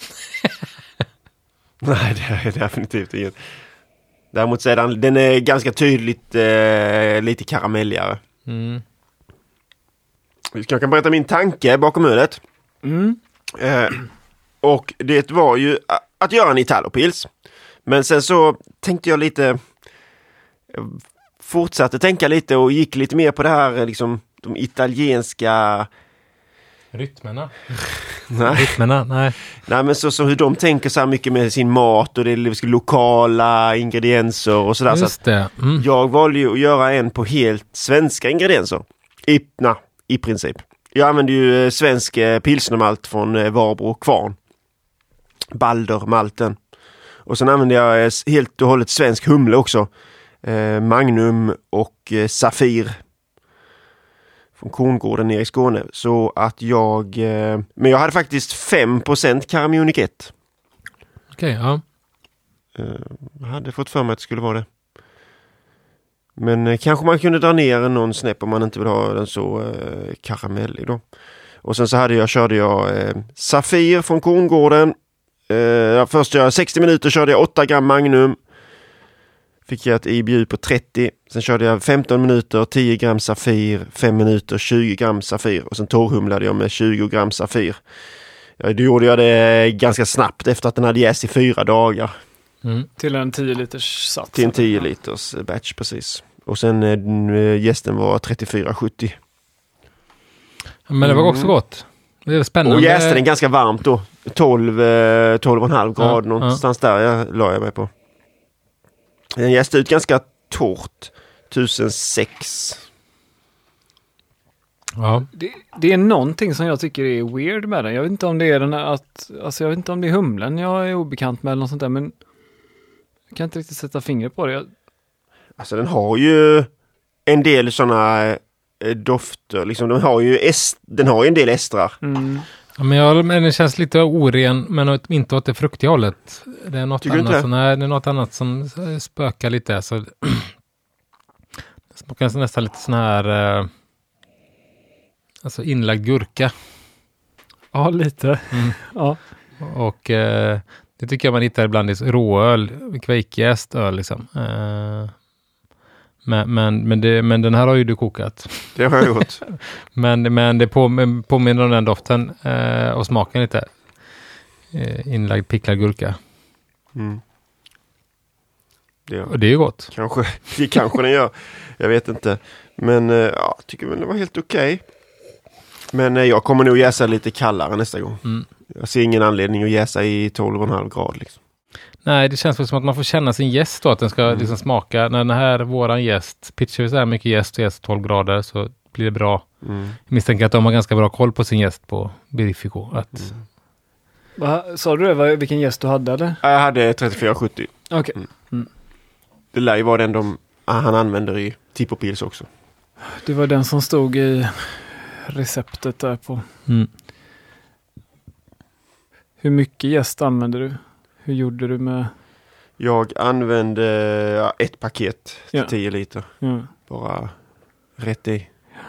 Nej, det är definitivt inget. Däremot så är den, den är ganska tydligt eh, lite karamelligare. Mm. Jag kan berätta min tanke bakom ölet. Mm. Eh, och det var ju att göra en Italopils. Men sen så tänkte jag lite... Fortsatte tänka lite och gick lite mer på det här liksom de italienska... Rytmerna? Nej. Rytmerna, nej. Nej, men så, så hur de tänker så här mycket med sin mat och det är lokala ingredienser och sådär. Just så det. Mm. Jag valde ju att göra en på helt svenska ingredienser. I, na, i princip. Jag använde ju svensk pilsnermalt från eh, Varbro Kvarn. Baldermalten. Och sen använde jag helt och hållet svensk humle också. Eh, Magnum och eh, Safir. Från Korngården nere i Skåne. Så att jag... Eh, men jag hade faktiskt fem procent Caramunic ett. Okej, okay, ja. Eh, jag hade fått för mig att det skulle vara det. Men eh, kanske man kunde dra ner någon snäpp om man inte vill ha den så eh, karamellig då. Och sen så hade jag, körde jag eh, Safir från Korngården. Eh, först jag sextio minuter körde jag åtta gram Magnum. Fick jag ett I B U på trettio. Sen körde jag femton minuter, tio gram Safir. fem minuter, tjugo gram Safir. Och sen torrhumlade jag med tjugo gram Safir. Ja, då gjorde jag det ganska snabbt efter att den hade jäst i fyra dagar. Mm. Till en tio liters sats. Till en tio liters batch, precis. Och sen äh, gästen var trettiofyra sjuttio. Men det var också gott. Det är spännande. Och jästen är ganska varmt då. tolv, tolv komma fem grad ja, någonstans ja. Där jag la jag mig på. Den jäste ut ganska torrt. tusen sex. Ja. Det, det är någonting som jag tycker är weird med den. Jag vet inte om det är den här att, alltså jag vet inte om det är humlen jag är obekant med eller något sånt där, men jag kan inte riktigt sätta fingret på det. Jag... Alltså den har ju en del sådana eh, dofter, liksom den har ju est, den har ju en del estrar. Mm. Ja, men, jag, men det känns lite oren, men inte åt det fruktiga hållet. Det är något Tycker annat det? som, nej, det är något annat som spökar lite. Så det smakar nästan lite sån här eh, alltså inlagd gurka. Ja, lite. Mm. Ja. Och eh, det tycker jag man hittar ibland i råöl, kveikjäst öl liksom. Eh, men, men, men, det, men den här har ju du kokat. Det har jag gjort. men, men det på, påminner om den doften eh, och smaken lite. Eh, inlagd picklad gurka. Mm. Det, och det är ju gott. Kanske, det kanske den gör. Jag vet inte. Men eh, ja, tycker väl det var helt okej. Okay. Men eh, jag kommer nog jäsa lite kallare nästa gång. Mm. Jag ser ingen anledning att jäsa i tolv komma fem grad liksom. Nej, det känns väl som att man får känna sin gäst då, att den ska mm. liksom smaka. När den här våran gäst, pitchar vi så här mycket gäst och gäst tolv grader så blir det bra. Mm. Jag misstänker att de har ganska bra koll på sin gäst på Birifico. Att... Mm. Va, sa du det, vilken gäst du hade eller? Jag hade trettiofyra sjuttio. Okej. Okay. Mm. Mm. Det lär ju vara den de, han använder i Tipo Pils också. Det var den som stod i receptet där på. Mm. Hur mycket gäst använder du? Hur gjorde du med? Jag använde ja, ett paket till ja. tio liter. Ja. Bara rätt i.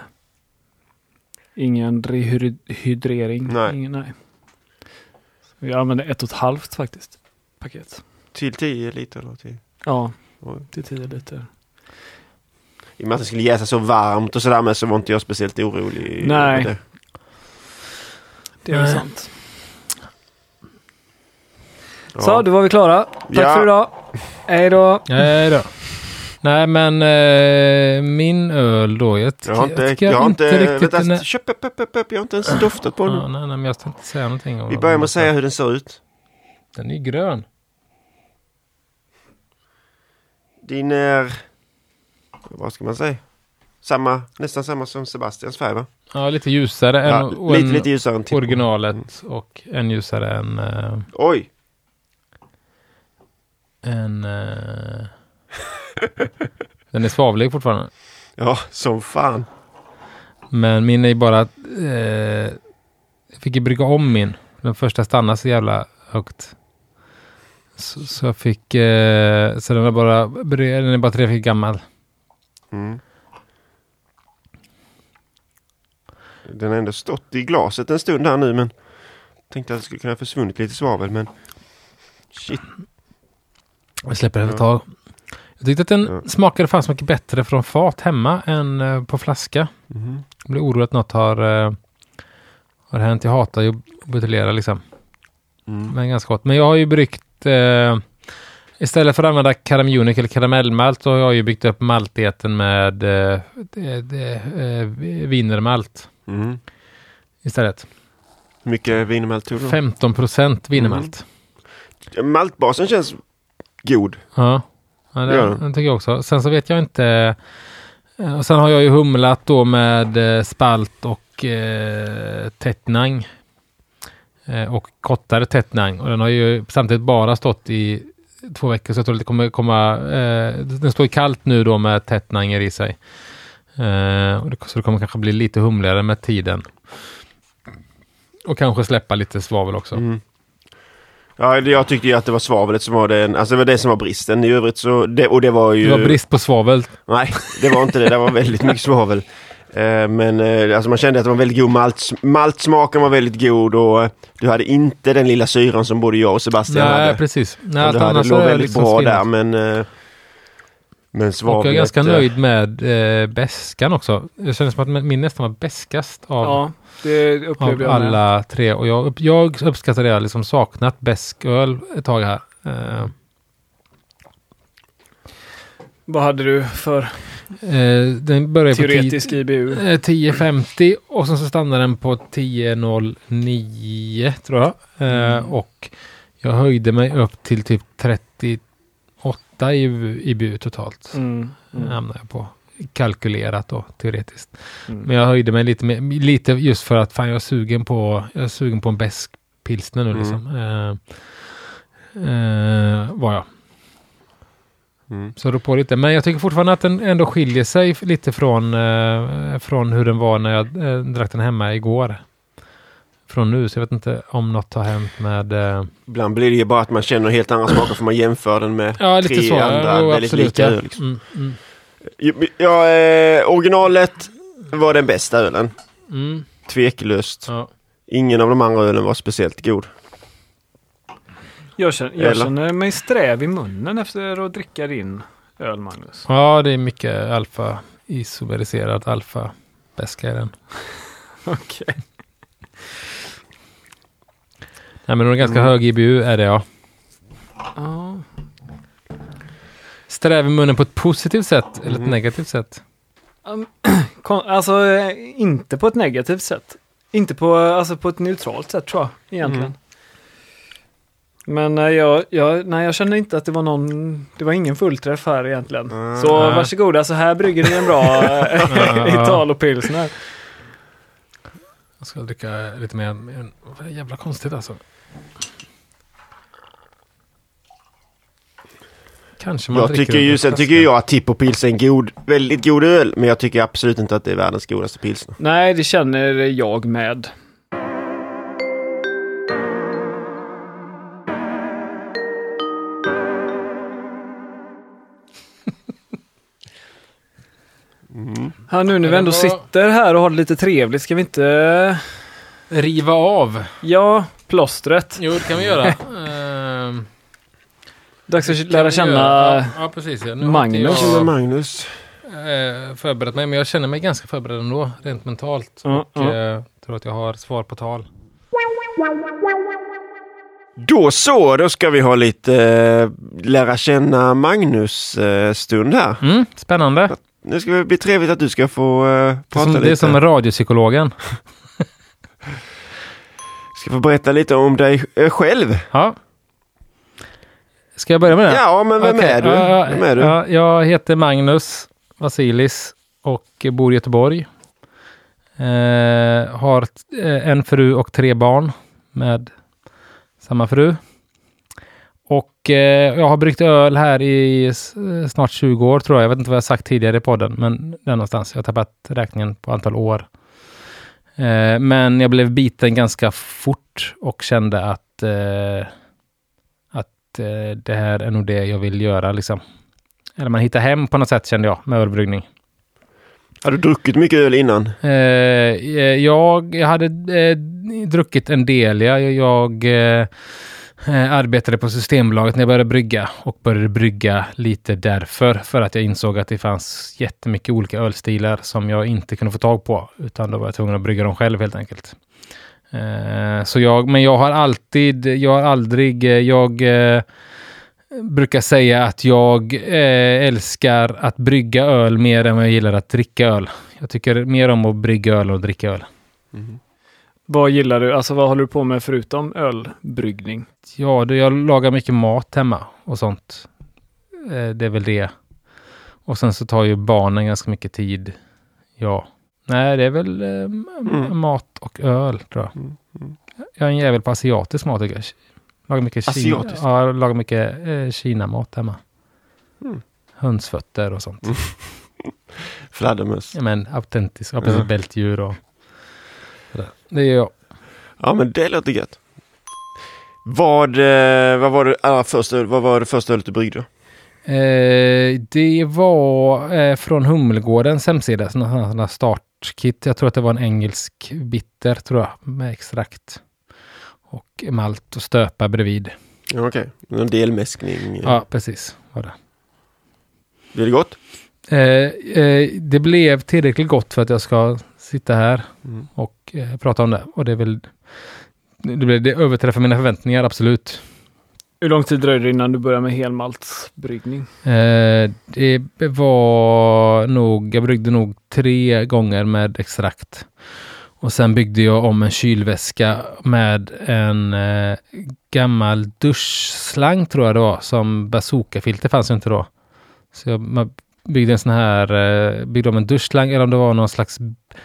Ingen rehydrering? Nej. Ingen, nej. Jag använde ett och ett halvt faktiskt. Paket. Till tio liter eller till? Ja, Oj. till tio liter. I och med att det skulle jäsa så varmt och sådär, men så var inte jag speciellt orolig. Nej. Det, det är väl sant. Ja. Så, då var vi klara. Tack ja. för idag. Hej då. Hej då. Nej, men eh, min öl då. Jag, jag har inte, jag jag har inte, inte riktigt... Vänta, en... köp, upp, upp, upp, upp. Jag har inte ens doftat på den. Ja, nej, nej, men jag ska inte säga någonting om vi börjar med att säga hur den ser ut. Den är grön. Din är... Vad ska man säga? Samma, nästan samma som Sebastians färg, va? Ja, lite ljusare ja, än, lite, lite ljusare än originalet mm. och en ljusare än... Uh, Oj! en uh, den är svavlig fortfarande. Ja, som fan. Men min är bara uh, jag fick ju brygga om min. Den första stannade så jävla högt. Så, så jag fick uh, så den är bara den är bara tre veckor gammal. Mm. Den har ändå stått i glaset en stund här nu, men tänkte att det skulle kunna ha försvunnit lite svavel, men shit. Jag släpper det ett tag. Jag tyckte att den ja. smakade fanns mycket bättre från fat hemma än uh, på flaska. Mm. Jag blir orolig att något har, uh, har hänt. Jag hatar ju att buteljera liksom. Mm. Men ganska gott. Men jag har ju bryggt uh, istället för att använda karamjonic eller karamellmalt så har jag ju byggt upp maltigheten med uh, det, det, uh, wienermalt. Mm. Istället. Hur mycket wienermalt tog du? femton procent wienermalt. Mm. Maltbasen känns god. Ja, ja det, ja. det tycker jag också. Sen så vet jag inte. Och sen har jag ju humlat då med spalt och eh, tettnang. Eh, och kortare tettnang. Och den har ju samtidigt bara stått i två veckor. Så jag tror att det kommer komma. Eh, den står i kallt nu då med tettnanger i sig. Eh, och det, så det kommer kanske bli lite humligare med tiden. Och kanske släppa lite svavel också. Mm. Ja, jag tyckte ju att det var svavlet som var det, alltså det var det som var bristen. I övrigt så, det, och det var ju... Det var brist på svavel. Nej, det var inte det. Det var väldigt mycket svavel. Eh, men eh, alltså man kände att det var väldigt god malt. Maltsmaken var väldigt god och eh, du hade inte den lilla syran som både jag och Sebastian Nej, hade. precis. Nej, du hade låg väldigt liksom bra där, men... Eh, men svavlet... Och jag är ganska nöjd med eh, bäskan också. Jag känner som att min nästan var bäskast av... Ja. Det upplevde jag med. Alla tre. Och jag, jag uppskattar det. Jag har liksom saknat bäsköl ett tag här. Uh, Vad hade du för uh, den började teoretisk på I B U? Uh, tio femtio och sen så stannade den på tio noll nio tror jag. Uh, mm. Och jag höjde mig upp till typ trettioåtta i, i B U totalt. Mm. Mm. Hamnade jag på. Kalkylerat då, teoretiskt. Mm. Men jag höjde mig lite mer, lite just för att fan jag är sugen på jag är sugen på en bäsk pilsner nu mm. liksom. Uh, uh, var jag. Mm. Så då på lite. Men jag tycker fortfarande att den ändå skiljer sig lite från uh, från hur den var när jag uh, drack den hemma igår. Från nu, så jag vet inte om något har hänt med... Uh... Ibland blir det ju bara att man känner helt andra smaker för man jämför den med ja, lite tre så. andra Jo, väldigt absolut, lika ja. öl. Liksom. Mm, mm. Ja, eh, originalet var den bästa ölen. Mm. Tveklöst. Ja. Ingen av de andra ölen var speciellt god. Jag känner, jag känner mig sträv i munnen efter att dricka din öl, Magnus. Ja, det är mycket alfa, isomeriserad alfa bäska i den. Okej. Okay. Nej, men den är ganska mm. hög I B U är det, ja. Ja. Sträv i munnen på ett positivt sätt eller ett mm. negativt sätt? Um, alltså inte på ett negativt sätt. Inte på, alltså på ett neutralt sätt tror jag egentligen. Mm. Men uh, jag, jag, nej, jag känner inte att det var någon, det var ingen fullträff här egentligen. Mm. Så mm. varsågoda, så här brygger ni en bra Italo-pilsner. Jag ska dricka lite mer. Vad är jävla konstigt alltså. Kanske man jag tycker ju, sen tycker jag att Tippo Pils är en god, väldigt god öl, men jag tycker absolut inte att det är världens godaste pilsner. Nej, det känner jag med. Mm. Ja, nu när vi ändå sitter här och har det lite trevligt, ska vi inte riva av? Ja, plåstret. Jo, det kan vi göra. uh... Dags att lära känna ja, ja, precis, ja. Magnus. Jag, Magnus. Eh, förberett mig, men jag känner mig ganska förberedd ändå, rent mentalt. Mm, och mm. Eh, tror att jag har svar på tal. Då så, då ska vi ha lite eh, lära känna Magnus eh, stund här. Mm, spännande. Nu ska det bli trevligt att du ska få eh, prata som, lite. Det är som radiopsykologen. Ska få berätta lite om dig eh, själv. Ja. Ska jag börja med det? Ja, men vem okay. är du? Uh, vem är du? Uh, jag heter Magnus Vasilis och bor i Göteborg. Uh, har t- en fru och tre barn med samma fru. Och Och eh, jag har bryggt öl här i s- snart tjugo år tror jag. Jag vet inte vad jag sagt tidigare i podden, men det är någonstans. Jag har tappat räkningen på antal år. Eh, men jag blev biten ganska fort och kände att, eh, att eh, det här är nog det jag vill göra. Liksom. Eller man hittar hem på något sätt, kände jag, med ölbryggning. Har du druckit mycket öl innan? Eh, jag, jag hade eh, druckit en del. Jag, jag eh, arbetade på Systembolaget när jag började brygga och började brygga lite därför. För att jag insåg att det fanns jättemycket olika ölstilar som jag inte kunde få tag på. Utan då var jag tvungen att brygga dem själv helt enkelt. Eh, så jag, men jag har alltid, jag har aldrig, jag eh, brukar säga att jag eh, älskar att brygga öl mer än vad jag gillar att dricka öl. Jag tycker mer om att brygga öl och dricka öl. Mm. Vad gillar du? Alltså vad håller du på med förutom ölbryggning? Ja, det, jag lagar mycket mat hemma och sånt. Eh, det är väl det. Och sen så tar ju barnen ganska mycket tid. Ja. Nej, det är väl eh, Mm. mat och öl, tror jag. Mm. Mm. Jag är en jävel på asiatisk mat, tycker jag. Lagar mycket Kina, Asiatiskt? ja, jag lagar mycket eh, Kina-mat hemma. Mm. Hönsfötter och sånt. Mm. Fladdermöss. Ja, men autentiskt. Ja, Ja. precis, bältdjur och sådär. Det gör jag. Ja, men det låter gött. Vad, eh, vad var det allra första, vad var det första ölet du bryggde? Eh, det var eh, från Humlegårdens hemsida, sådana startkit. Jag tror att det var en engelsk bitter, tror jag, med extrakt. Och malt och stöpa bredvid. Ja, okej. Okay. En delmäskning. Ja, precis. Var det. Blir det gott? Eh, eh, det blev tillräckligt gott för att jag ska sitta här Mm. och eh, prata om det. Och det är väl, det, blev, det överträffar mina förväntningar, absolut. Hur lång tid dröjde det innan du började med helmaltsbryggning? Eh, det var nog, jag bryggde nog tre gånger med extrakt. Och sen byggde jag om en kylväska med en eh, gammal duschslang, tror jag det var, som bazooka-filter fanns ju inte då. Så jag man byggde en sån här, eh, byggde om en duschslang, eller om det var någon slags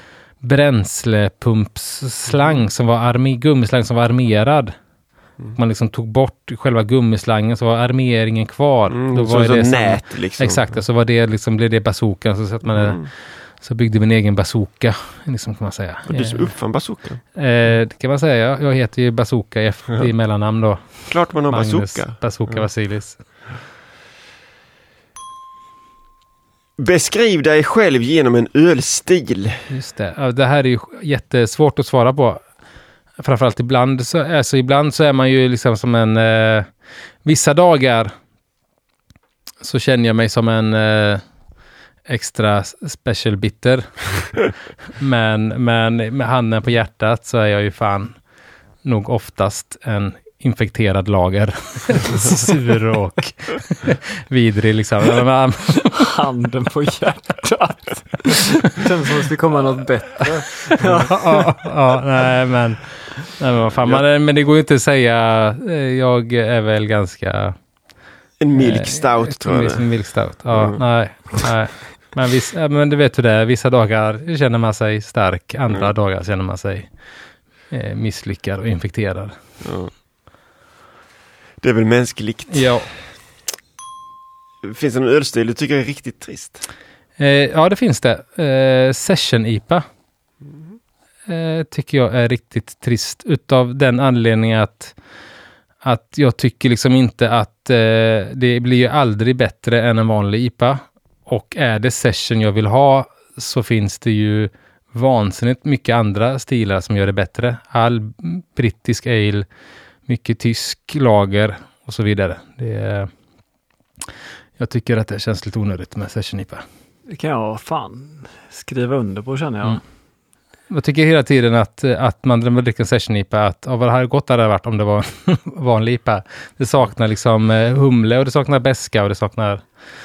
bränslepumpsslang som var arme, gummislang som var armerad. Mm. Man liksom tog bort själva gummislangen, så var armeringen kvar. Mm, Då så var som det nät liksom. Exakt, så var det liksom, blev det bazookan, så satt man Mm. så byggde min egen bazooka, liksom, kan man säga. Och du som uppfann bazooka? Eh, det kan man säga. Jag heter ju Bazooka i, Ja. i mellannamn då. Klart man har Magnus bazooka. Bazooka Ja. Vasilis. Beskriv dig själv genom en ölstil. Just det. Ja, det här är ju jättesvårt att svara på. Framförallt ibland så, alltså ibland så är man ju liksom som en... Eh, vissa dagar så känner jag mig som en eh, extra special bitter. men, men med handen på hjärtat så är jag ju fan nog oftast en infekterad lager. Sur och vidrig liksom. Handen på hjärtat. Det känns som att det ska komma något bättre. ja, ja, ja, nej men, nej, men vad fan, man, men det går ju inte att säga. Jag är väl ganska En milk stout eh, tror jag. En milk stout. Ja, Mm. nej, nej. Men, viss, men du vet hur det är. Vissa dagar känner man sig stark. Andra Mm. dagar känner man sig eh, misslyckad och infekterad. Ja. Det är väl mänskligt. Ja. Finns det en ölstil du tycker är riktigt trist? Eh, ja, det finns det. Eh, Session I P A eh, tycker jag är riktigt trist. Utav den anledningen att, att jag tycker liksom inte att eh, det blir ju aldrig bättre än en vanlig I P A. Och är det Session jag vill ha så finns det ju vansinnigt mycket andra stilar som gör det bättre. All brittisk ale, mycket tysk lager och så vidare. Det är, jag tycker att det känns lite onödigt med Session I P A. Det kan jag fan skriva under på, känner jag. Mm. Jag tycker hela tiden att, att man drömmer dricka en Session I P A, att ja, vad det här gott hade det varit om det var en vanlig I P A. Det saknar liksom humle och det saknar beska och det saknar...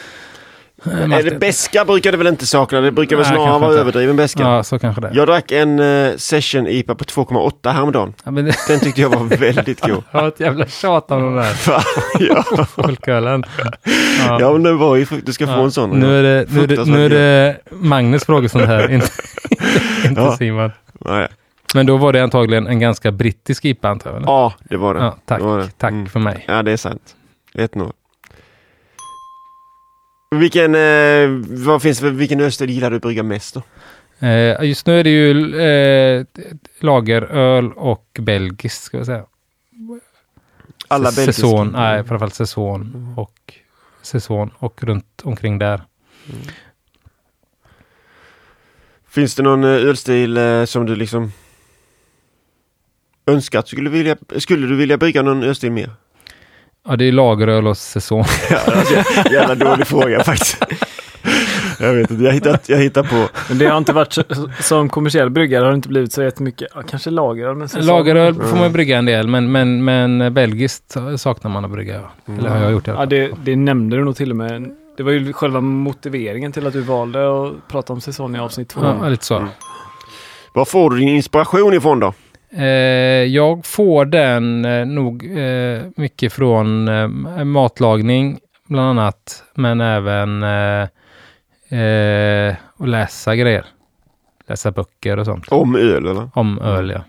Är det beska brukar det väl inte sakna. Det brukar väl Nej, snarare kanske vara inte. överdriven beska. Ja, så kanske det. Jag drack en uh, Session I P A på två komma åtta häromdagen. Ja, men det... Den tyckte jag var väldigt god. Jag har ett jävla tjat om den där ja. folkölen. Ja. ja, men det var ju du ska få ja. en sån. Nu är det, nu är det, nu är det Magnus frågestund här, inte, inte ja. Simon. Nej. Men då var det antagligen en ganska brittisk I P A, antar jag. Ja, det var det. Ja, tack, det var det. tack mm. för mig. Ja, det är sant. ett noll. Vilken, eh, vad finns för, vilken ölstil gillar du att brygga mest då? Eh, just nu är det ju eh, lageröl och belgiskt, ska jag säga. Alla belgiska? Säsong, nej, framförallt säsong mm. och säsong och runt omkring där. Mm. Finns det någon ölstil eh, som du liksom önskar att du skulle vilja, skulle du vilja brygga någon ölstil mer? Ja, det är lageröl och säsong. Ja, alltså, jävla dålig fråga faktiskt. Jag vet inte, jag hittar, jag hittar på. Men det har inte varit, som kommersiell bryggare har det inte blivit så jättemycket. Ja, kanske lageröl. Men lageröl får mm. man brygga en del, men, men, men belgiskt saknar man att brygga. Mm. Eller har jag gjort det? Ja, det, det nämnde du nog till och med. Det var ju själva motiveringen till att du valde att prata om säsong i avsnitt två. Ja, lite så. Mm. Var får du din inspiration ifrån då? Eh, jag får den eh, nog eh, mycket från eh, matlagning bland annat, men även eh, eh, att läsa grejer. Läsa böcker och sånt. Om öl eller? Om öl, ja.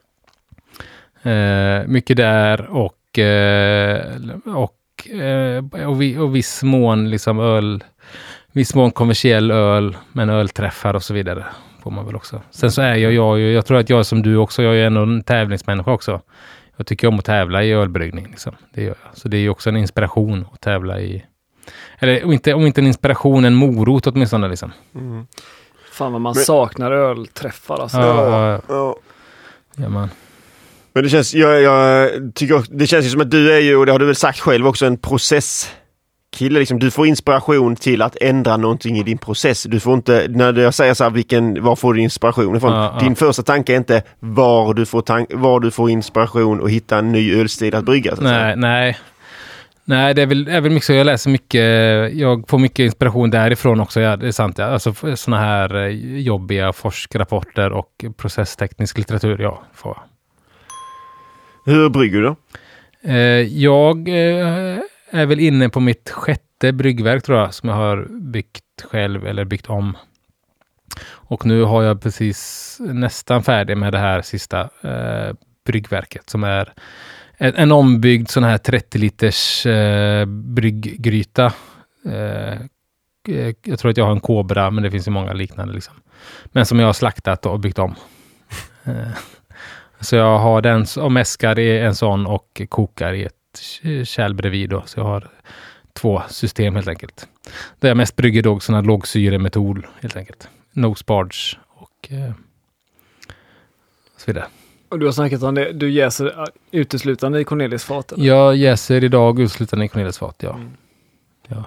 Eh, mycket där och eh, och, eh, och, vi, och viss mån liksom öl, viss mån kommersiell öl, men ölträffar och så vidare. Får man väl också. Sen så är jag, jag, jag tror att jag som du också, jag är ändå en tävlingsmänniska också. Jag tycker om att tävla i ölbryggning. Liksom. Det gör jag. Så det är ju också en inspiration att tävla i. Eller om inte, om inte en inspiration, en morot åtminstone. Liksom. Mm. Fan vad man Men... saknar ölträffar. Alltså. Ja, ja. ja. ja man. Men det känns, jag, jag tycker, det känns ju som att du är ju, och det har du väl sagt själv också, en process. Kille, liksom, du får inspiration till att ändra någonting i din process. Du får inte, när jag säger så här, vilken, var får du inspiration ifrån? Ja, din ja. första tanke är inte var du får, tank, var du får inspiration och hitta en ny ölstil att brygga. Så nej, nej. Nej, det är väl, är väl mycket så. Jag läser mycket, jag får mycket inspiration därifrån också. Ja, det är sant. Ja. Alltså såna här jobbiga forskarrapporter och processteknisk litteratur, ja, får jag. Hur brygger du då? Eh, jag... Eh, är väl inne på mitt sjätte bryggverk tror jag, som jag har byggt själv eller byggt om. Och nu har jag precis nästan färdig med det här sista eh, bryggverket som är en, en ombyggd sån här trettio liters eh, brygggryta. Eh, jag tror att jag har en Cobra, men det finns ju många liknande liksom. Men som jag har slaktat och byggt om. eh, så jag har den och mäskar i en sån och kokar i ett kärl bredvid då, så jag har två system helt enkelt. Där jag mest brygger då sådana lågsyremetod helt enkelt. No sparge och eh, så vidare. Och du har snackat om det, du jäser uteslutande i Cornelis-fatet? Jag jäser idag uteslutande i Cornelis-fat, ja. Mm. ja.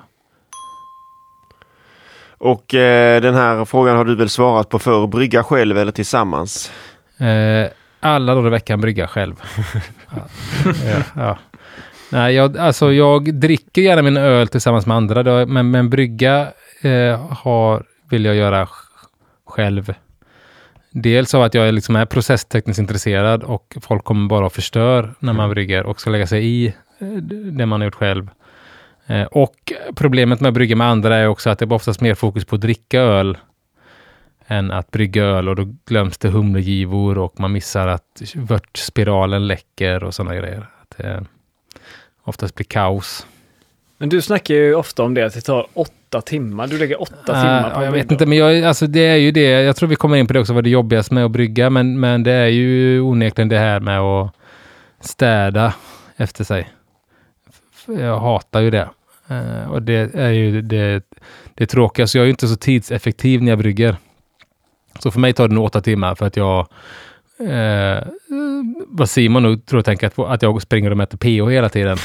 Och eh, den här frågan har du väl svarat på för att brygga själv eller tillsammans? Eh, alla dagar i veckan brygga själv. ja. ja, ja. Nej, jag, alltså jag dricker gärna min öl tillsammans med andra, men, men brygga eh, har, vill jag göra själv. Dels av att jag liksom är processtekniskt intresserad och folk kommer bara att förstör när man brygger och ska lägga sig i det man har gjort själv. Eh, och problemet med att brygga med andra är också att det är oftast mer fokus på att dricka öl än att brygga öl, och då glöms det humlegivor och man missar att vörtspiralen läcker och sådana grejer. Att det oftast blir kaos. Men du snackar ju ofta om det att det tar åtta timmar. Du lägger åtta äh, timmar på ja, jag vet inte, men jag, alltså det är ju det. Jag tror vi kommer in på det också, vad det jobbigaste med att brygga, men, men det är ju onekligen det här med att städa efter sig. Jag hatar ju det. Uh, och det är ju det, det tråkiga, så jag är ju inte så tidseffektiv när jag brygger. Så för mig tar det nog åtta timmar för att jag Eh, vad Simon nog tror jag tänker att, att jag springer och mäter pH hela tiden.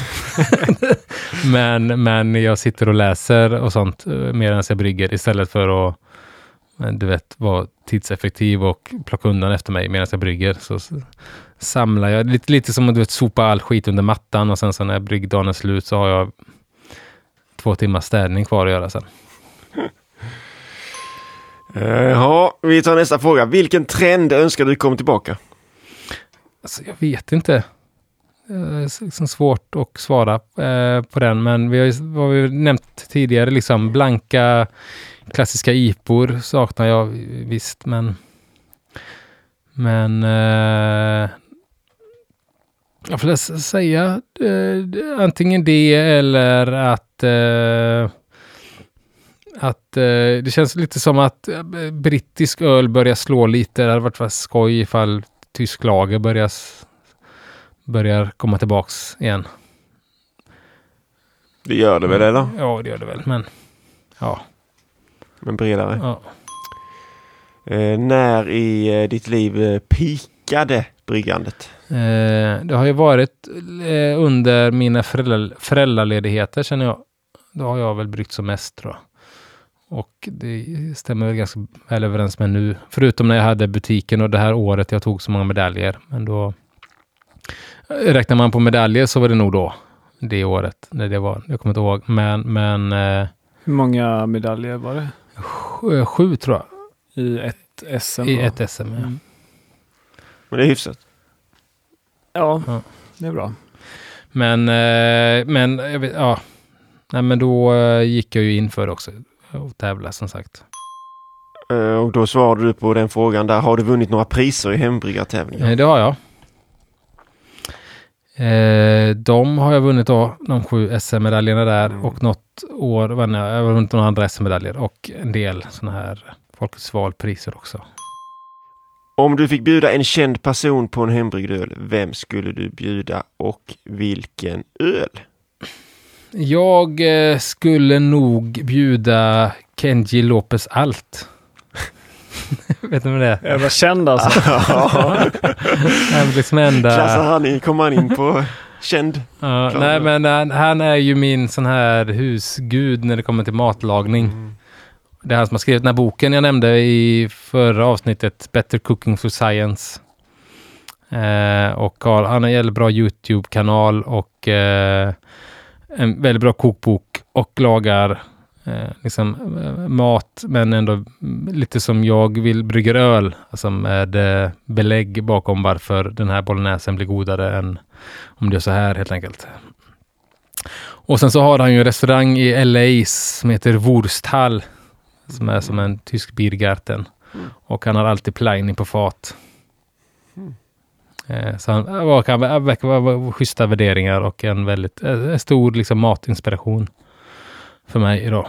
men, men jag sitter och läser och sånt medan jag brygger istället för att, du vet, vara tidseffektiv och plocka undan efter mig medan jag brygger. Så, så samlar jag lite, lite som att du vet, sopa all skit under mattan, och sen så när bryggdagen är slut så har jag två timmars städning kvar att göra sen. Ja, vi tar nästa fråga. Vilken trend önskar du komma tillbaka? Alltså, jag vet inte. Det är liksom svårt att svara eh, på den, men vi har ju, vad vi nämnt tidigare, liksom blanka klassiska ipor saknar jag visst, men men eh, Jag får säga eh, antingen det eller att eh, att eh, det känns lite som att eh, brittisk öl börjar slå lite. Det hade varit för skoj ifall tysk lager börjar, börjar komma tillbaks igen. Det gör det väl, eller? Ja, det gör det väl, men ja. Men bredare. Ja. Eh, när i eh, ditt liv eh, pikade bryggandet? Eh, det har ju varit eh, under mina föräldrar, föräldraledigheter, känner jag. Då har jag väl bryggt som mest, tror jag. Och det stämmer väl ganska väl överens med nu. Förutom när jag hade butiken och det här året jag tog så många medaljer. Men då räknar man på medaljer så var det nog då. Det året. När det var. Jag kommer inte ihåg. Men, men eh, hur många medaljer var det? Sju, sju tror jag. I ett S M? I då? ett S M, ja. Mm. Men det är hyfsat. Ja, ja. Det är bra. Men, eh, men jag vet, ja. Nej, men då eh, gick jag ju in för också. Och tävla, som sagt. Uh, och då svarade du på den frågan där. Har du vunnit några priser i hembryggartävlingar? Eh, det har jag. Eh, de har jag vunnit då, de sju S M-medaljerna där. Mm. Och något år, jag har vunnit några andra S M-medaljer. Och en del sådana här Folkets valpriser också. Om du fick bjuda en känd person på en hembryggd öl, vem skulle du bjuda och vilken öl? Jag eh, skulle nog bjuda Kenji Lopez Alt. Vet du vad det är? Jag var känd alltså. Han liksom enda... Klassar han in, kommer han in på känd? Ja, nej, men han, han är ju min sån här husgud när det kommer till matlagning. Mm. Det är han som har skrivit den här boken jag nämnde i förra avsnittet, Better Cooking for Science. Eh, och har, han har en väldigt bra YouTube-kanal och eh, en väldigt bra kokbok och lagar eh, liksom eh, mat, men ändå lite som jag vill brygga öl, alltså med eh, belägg bakom varför den här bolognesen blir godare än om det är så här, helt enkelt. Och sen så har han ju en restaurang i L A som heter Wursthall, som är som en tysk Biergarten. Mm. Och han har alltid Pliny på fat. Mm. Eh, så han verkar vara schyssta värderingar och en väldigt en stor liksom, matinspiration för mig idag.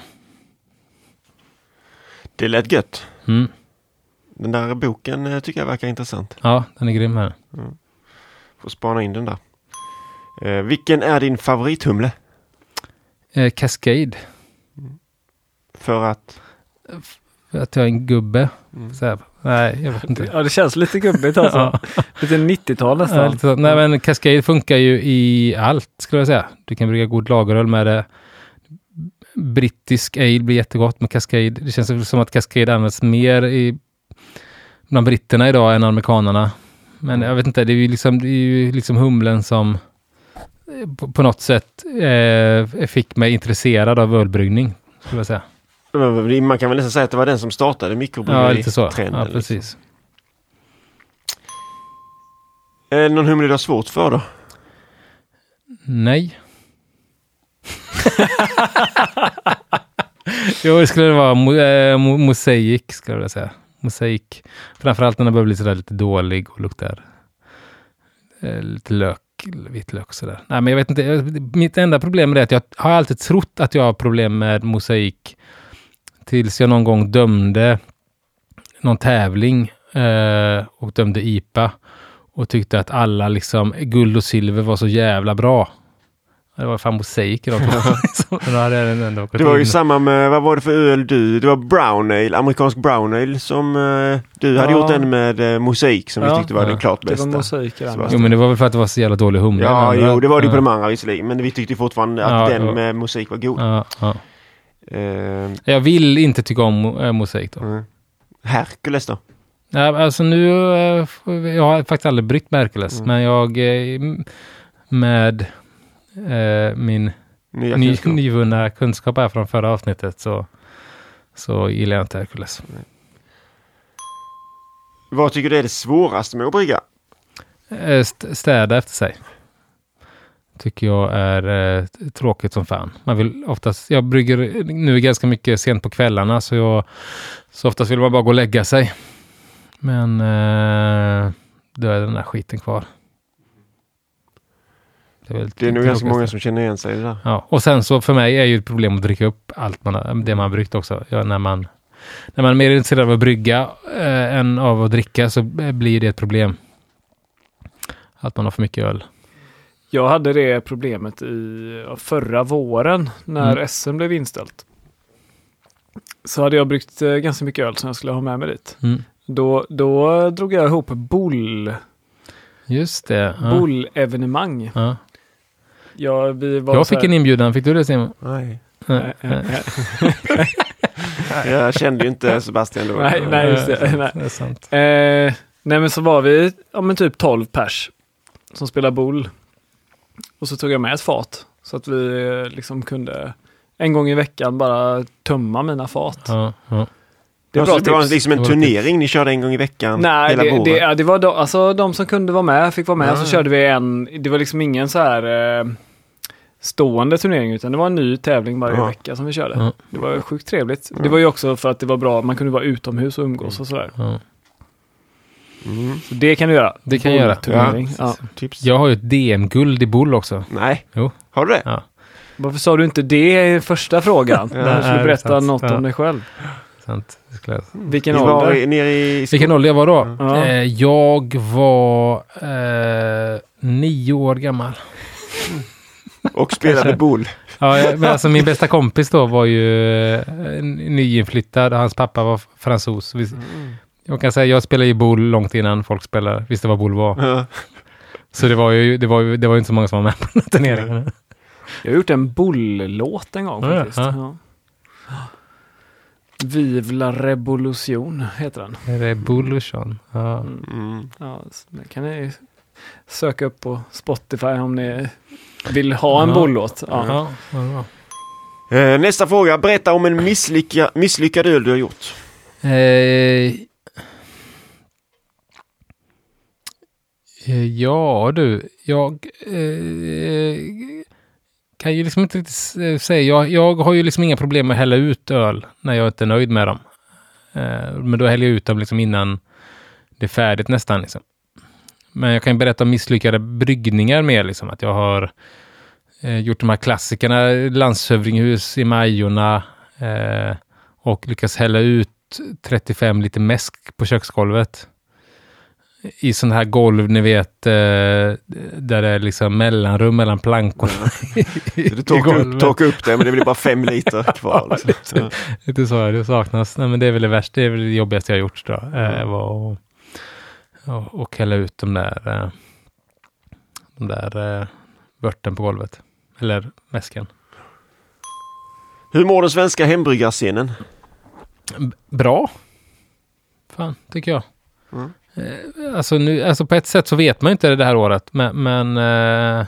Det lät gött. Mm. Den där boken tycker jag verkar intressant. Ja, den är grym här. Mm. Får spana in den där. Eh, vilken är din favorithumle? Eh, Cascade. Mm. För att? För att jag är en gubbe. Mm. Så här, nej, jag vet inte. Ja, det känns lite gubbigt alltså. Ja. Lite nittiotal nästan. Ja, lite så. Nej, men Cascade funkar ju i allt, skulle jag säga. Du kan brygga god lageröl med det. Brittisk ale blir jättegott med Cascade. Det känns som att Cascade används mer i bland britterna idag än amerikanerna. Men jag vet inte, det är ju liksom, det är ju liksom humlen som på, på något sätt eh, fick mig intresserad av ölbryggning, skulle jag säga. Man kan väl nästan säga att det var den som startade mikrobryggeri. Ja, lite så. Trenden, ja, precis. Liksom. Är det någon humle du har svårt för då? Nej. Jo, det skulle vara mo- äh, mo- mosaik, skulle jag säga. Mosaik. Framförallt när den börjar bli sådär lite dålig och luktar äh, lite lök, vitlök och sådär. Nej, men jag vet inte. Mitt enda problem är att jag har alltid trott att jag har problem med mosaik tills jag någon gång dömde någon tävling äh, och dömde I P A och tyckte att alla liksom guld och silver var så jävla bra. Det var fan mosaik idag. Det var ju samma med, vad var det för öl du? Det var brown ale, amerikansk brown ale som uh, du hade ja. gjort en med uh, mosaik som ja. vi tyckte var ja. den klart bästa. Det var mosaik. Jo, men det var väl för att det var så jävla dålig humle. Ja, jo, det var det ja. på de andra visserligen. Men vi tyckte fortfarande att ja, den ja. med mosaik var god. Ja, ja. Uh, jag vill inte tycka om äh, mosaik då. Uh. Hercules då? Ja, alltså nu, uh, jag har faktiskt aldrig bryggt med Hercules. Mm. Men jag uh, med Uh, min ny, kunskap. nyvunna kunskap här från förra avsnittet så, så gillar jag inte Hercules. Nej. Vad tycker du är det svåraste med att brygga? Uh, st- städa efter sig. Tycker jag är uh, tråkigt som fan. Man vill oftast, jag brygger nu ganska mycket sent på kvällarna så, jag, så oftast vill man bara gå och lägga sig. Men uh, då är den där skiten kvar. Det är, väl det är nog ganska många som känner igen sig i det där. Ja, och sen så för mig är ju ett problem att dricka upp allt man, det man har bryggt också. Ja, när man när man är mer intresserad av att brygga eh, än av att dricka så blir det ett problem. Att man har för mycket öl. Jag hade det problemet i förra våren när mm. S M blev inställt. Så hade jag bryggt eh, ganska mycket öl som jag skulle ha med mig dit. Mm. Då, då drog jag ihop bull. Just det. Ja. Bull-evenemang. Ja. Ja, vi var jag fick här... en inbjudan. Fick du det, Simon? Nej. Nej. Jag kände ju inte Sebastian då. Nej, nej, just det. Nej. Det är sant. Eh, nej, men så var vi ja, men typ tolv pers som spelar bull. Och så tog jag med ett fat. Så att vi liksom kunde en gång i veckan bara tömma mina fat. Ja, ja. Det, var, det var liksom en turnering, ni körde en gång i veckan. Nej, hela det, våren. det, ja, det var då, alltså de som kunde vara med fick vara med. Ja. Så körde vi en, det var liksom ingen så här eh, stående turnering utan det var en ny tävling varje ja. vecka som vi körde. Ja. Det var sjukt trevligt. Ja. Det var ju också för att det var bra, man kunde vara utomhus och umgås och sådär. Ja. Mm. Så det kan du göra. Det kan jag göra. Turnering. Ja. Ja. Tips. Jag har ju ett D M-guld i bull också. Nej. Jo. Har du det? Ja. Varför sa du inte det i första frågan? Ja. När du skulle Nej, berätta sant. något Ja. om dig själv. Sant. Det skulle jag... Vilken Ni var ålder? i, nere i skog. Vilken ålder jag var då? Ja. Eh, jag var eh, nio år gammal. Och spelade boll. Ja, jag, men alltså min bästa kompis då var ju eh, nyinflyttad och hans pappa var fransos. Vi, Mm. jag kan säga jag spelade ju boll långt innan folk spelade, visste vad boll var. Ja. Så det var ju det var ju, det var ju inte så många som var med på den turneringen. Jag har gjort en bull-låt en gång Ja, faktiskt. ja. Ja. Vive la revolution heter den. Revolution. Ja. Mm. Ja, det kan ni söka upp på Spotify om ni vill ha en Ja. bull-låt. Ja. Ja, ja, Eh, nästa fråga. Berätta om en misslycka, misslyckad öl du har gjort. ja. Eh, eh, ja du, jag eh, kan ju liksom inte riktigt säga. Jag, jag har ju liksom inga problem med att hälla ut öl när jag inte är nöjd med dem. Eh, men då häller jag ut dem liksom innan det är färdigt nästan. Liksom. Men jag kan berätta om misslyckade bryggningar med. Liksom, att jag har eh, gjort de här klassikerna, landshövdinghus i Majorna eh, och lyckas hälla ut trettiofem liter mäsk på köksgolvet. I sån här golv, ni vet, eh, där det är liksom mellanrum mellan plankorna. Ja. Du torkar upp, torkar upp det, men det blir bara fem liter kvar. Ja, liksom. lite, lite så är det saknas. Nej, men det är väl det värsta, det är väl det jobbigaste jag har gjort då. Eh, Mm. var att och, och hälla ut de där eh, de där eh, vörten på golvet. Eller mäsken. Hur mår den svenska hembryggarscenen? B- bra. Fan, tycker jag. Mm. Eh, alltså, nu, alltså på ett sätt så vet man inte det, det här året. Men, men, eh,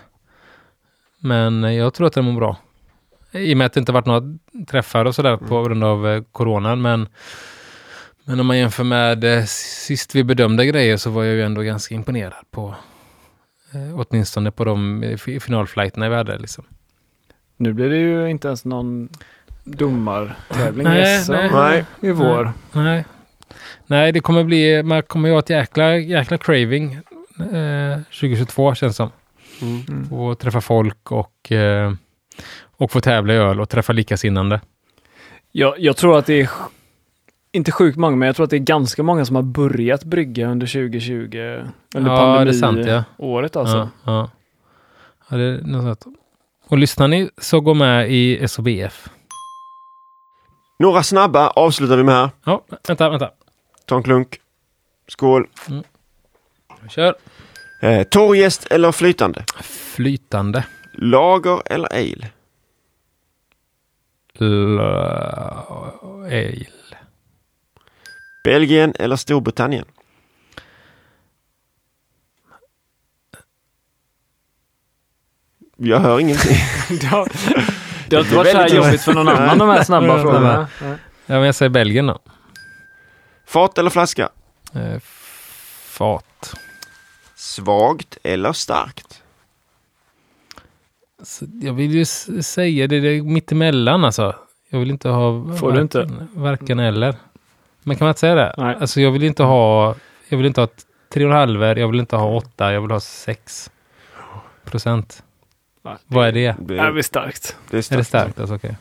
men jag tror att det mår bra. I och med att det inte varit några träffar och sådär på grund av eh, coronan. Men, men om man jämför med eh, sist vi bedömde grejer så var jag ju ändå ganska imponerad på eh, åtminstone på de eh, finalflighterna vi hade liksom. Nu blir det ju inte ens någon domartävling Nej, i S M nej. i vår. Nej. Nej, det kommer bli, man kommer ju ha ett jäkla, jäkla craving eh, tjugohundratjugotvå känns som. Mm. Och träffa folk och, eh, och få tävla i öl och träffa likasinnande. Jag, jag tror att det är sj- inte sjukt många, men jag tror att det är ganska många som har börjat brygga under tjugohundratjugo. Under Ja, det är sant, ja. pandemi-året alltså. Ja, ja. Ja, det är något sånt. Och lyssnar ni så gå med i S O B F. Några snabba avslutar vi med här. Ja, vänta, vänta. Ta en klunk. Skål. Kör. Eh, torrjäst eller flytande? Flytande. Lager eller ale? L- ale. Belgien eller Storbritannien? Jag hör ingenting. det har, det har inte Det är varit så här väldigt- jobbigt för någon annan de här snabba Nej. frågorna. Ja, men jag säger Belgien då. Fat eller flaska? Eh, fat. Svagt eller starkt? Så jag vill ju s- säga det, det är mittemellan alltså. Jag vill inte ha Får du inte? varken, varken eller. Men kan man inte säga det? Nej. Alltså jag vill inte ha jag vill inte ha tre och en halv, jag vill inte ha åtta, jag vill ha sex procent. Ja, det, Vad är det? Det är starkt. Det är starkt. Är det starkt? Alltså, okej.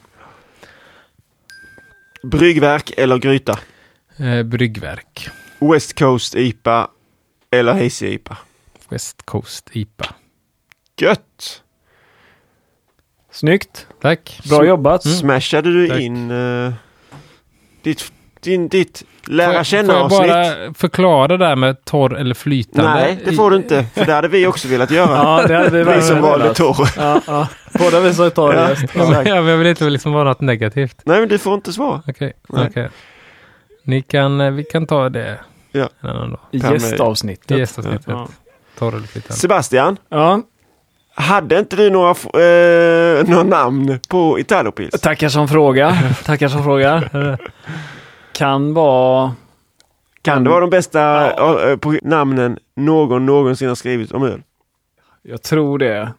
Bryggverk eller gryta? Eh, bryggverk. West Coast I P A eller Hazy I P A? West Coast I P A. Gött! Snyggt. Tack. Bra Så- jobbat. Mm. Smashade du Tack. in uh, ditt, din, ditt lära Får jag känna-avsnitt? bara förklara det där med torr eller flytande? Nej, det får du inte. För det hade vi också velat göra. Ja, det hade vi vi verkligen som valde velat. torr. Ja, ja. Båda vi som tar Ja. det. Ja, men jag vill inte liksom vara något negativt. Nej, men du får inte svara. Okej, Nej. okej. Ni kan, eh, vi kan ta det Ja. en annan dag. I Kan vi- gästavsnittet. I gästavsnittet. Ja. Torr eller flytande. Sebastian, Ja, hade inte du några, f- eh, några namn på Italopils? tackar som frågar. Tackar som frågar. Kan vara... Kan det vara de bästa eh, på namnen någon någonsin har skrivit om öl? Jag tror det.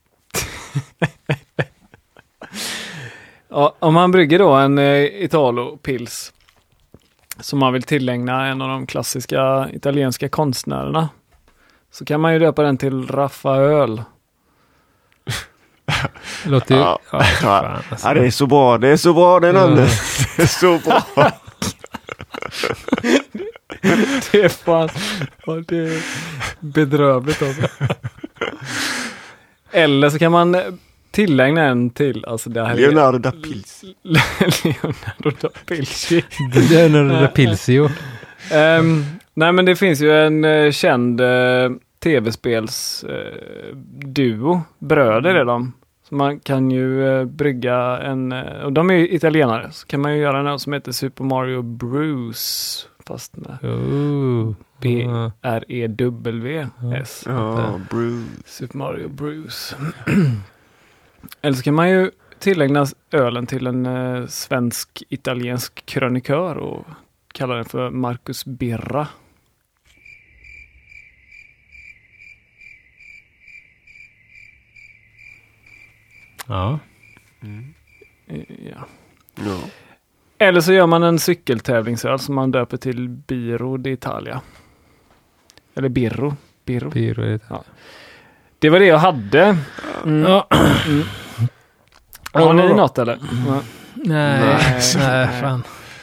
Ja, om man brygger då en eh, Italo-pils som man vill tillägna en av de klassiska italienska konstnärerna, så kan man ju döpa den till Raffaöl. Det låter ju... Ja. Ja, fan, alltså. Ja, det är så bra. Det är så bra det namnet. Mm. Det är så bra. Det är fan... Ja, det är bedrövligt alltså. Eller så kan man tillägna en till. Alltså det här Leonardo da Pils. Leonardo da Pilsi. Det är när det är Pilsio. Um, nej, men det finns ju en uh, känd uh, tv-spels uh, duo, bröder är de. Så man kan ju uh, brygga en, uh, och de är ju italienare, så kan man ju göra en som heter Super Mario Bruce, fast med Oh. B R E W S. Ja, Bruce. Super Mario Bruce. Eller så kan man ju tillägna ölen till en uh, svensk-italiensk krönikör och kalla den för Marcus Birra. Ja. Eh, Ja. Ja. Eller så gör man en cykeltävlingsöl som man döper till Biro d'Italia. Eller Birro. Birro. Pyro är det. Ja. Det var det jag hade. Mm. Ja. Mm. Har ni något eller? Ja. Nej, Nej. nej, fan.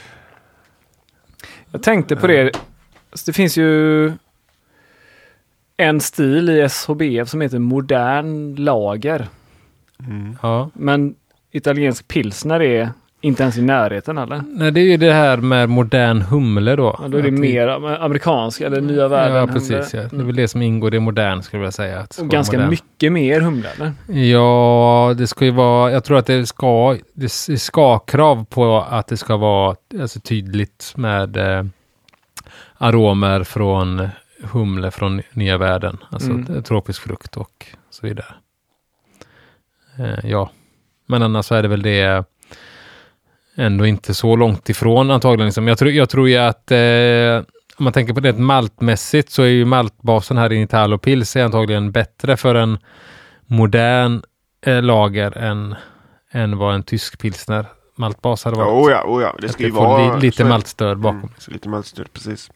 Jag tänkte på det. Så det finns ju en stil i S H B F som heter modern lager. Mm. Ja. Men italiensk pilsner är inte ens i närheten eller? Nej, det är ju det här med modern humle då. Ja, då är det Att mer amerikansk eller nya världen. Ja, precis. Ja. humle. Det är väl det som ingår i modern, skulle jag vilja säga. Att det ska Och vara ganska modern. mycket mer humle eller? Ja, det ska ju vara, jag tror att det ska, det ska krav på att det ska vara alltså, tydligt med eh, aromer från humle från nya världen. Alltså Mm. tropisk frukt och så vidare. Eh, ja, men annars så är det väl det ändå inte så långt ifrån antagligen. Liksom. Jag, tror, jag tror ju att eh, om man tänker på det maltmässigt så är ju maltbasen här i Italo Pils är antagligen bättre för en modern eh, lager än, än vad en tysk pilsner maltbas hade varit. Oh ja, oh ja. Det Att ska ju det får vara... li, lite så är- maltstöd bakom. Mm, lite maltstöd, precis.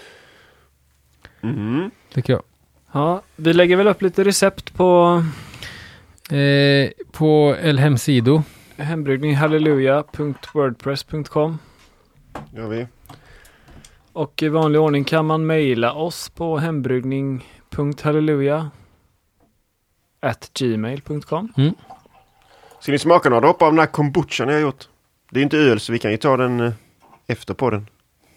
Mm. Tycker jag. Ja, vi lägger väl upp lite recept på Eh, på El Hemsido. hembryggning halleluja punkt wordpress punkt com. Gör vi. Och i vanlig ordning kan man mejla oss på hembryggning punkt halleluja at gmail punkt com. Mm. Ska ni smaka några droppar av den här kombuchan jag har gjort? Det är inte öl så vi kan ju ta den eh, efter på den.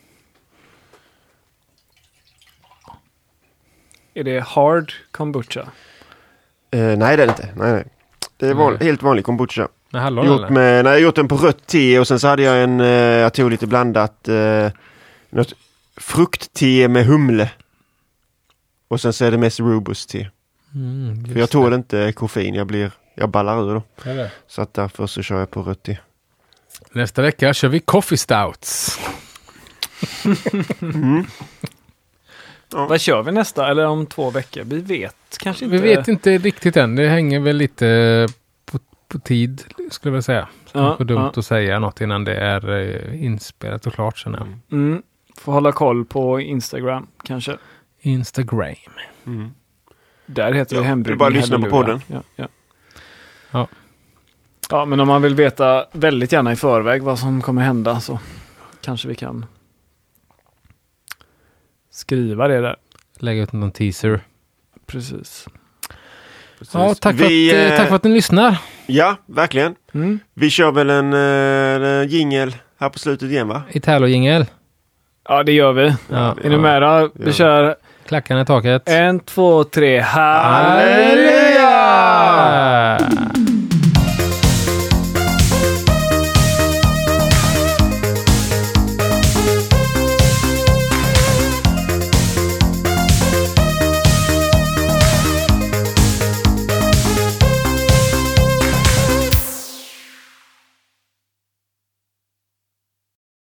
Är det hard kombucha? Eh, nej det är det inte. Nej, nej. Det är van- Nej. helt vanlig kombucha. Med hallon Gjort eller? med, nej, jag har gjort den på rött te och sen så hade jag en, eh, jag tog lite blandat eh, något fruktte med humle. Och sen så är det mest robust te. Mm, För jag tål inte koffein, jag blir, jag ballar ur då. Eller? Så att därför så kör jag på rött te. Nästa vecka kör vi coffee stouts. Mm. Vad kör vi nästa? Eller om två veckor? Vi vet kanske inte. Vi vet inte riktigt än. Det hänger väl lite på, på tid, skulle jag vilja säga. Så Ja, det är dumt ja. att säga något innan det är eh, inspelat och klart sen. Mm. Mm. Får hålla koll på Instagram kanske. Instagram. Mm. Där heter Ja, det det är hembryggning bara att lyssna på halleluja. podden. Ja, ja. Ja. Ja, men om man vill veta väldigt gärna i förväg vad som kommer hända så kanske vi kan skriva det där. Lägga ut någon teaser. Precis. Precis. Ja, tack, vi, för att, eh, tack för att ni lyssnar. Ja, verkligen. Mm. Vi kör väl en uh, jingel här på slutet igen, va? Italo-jingel. Ja, det gör vi. Ja. Är ni med då? Vi kör... Klackarna i taket. En, två, tre. Halleluja!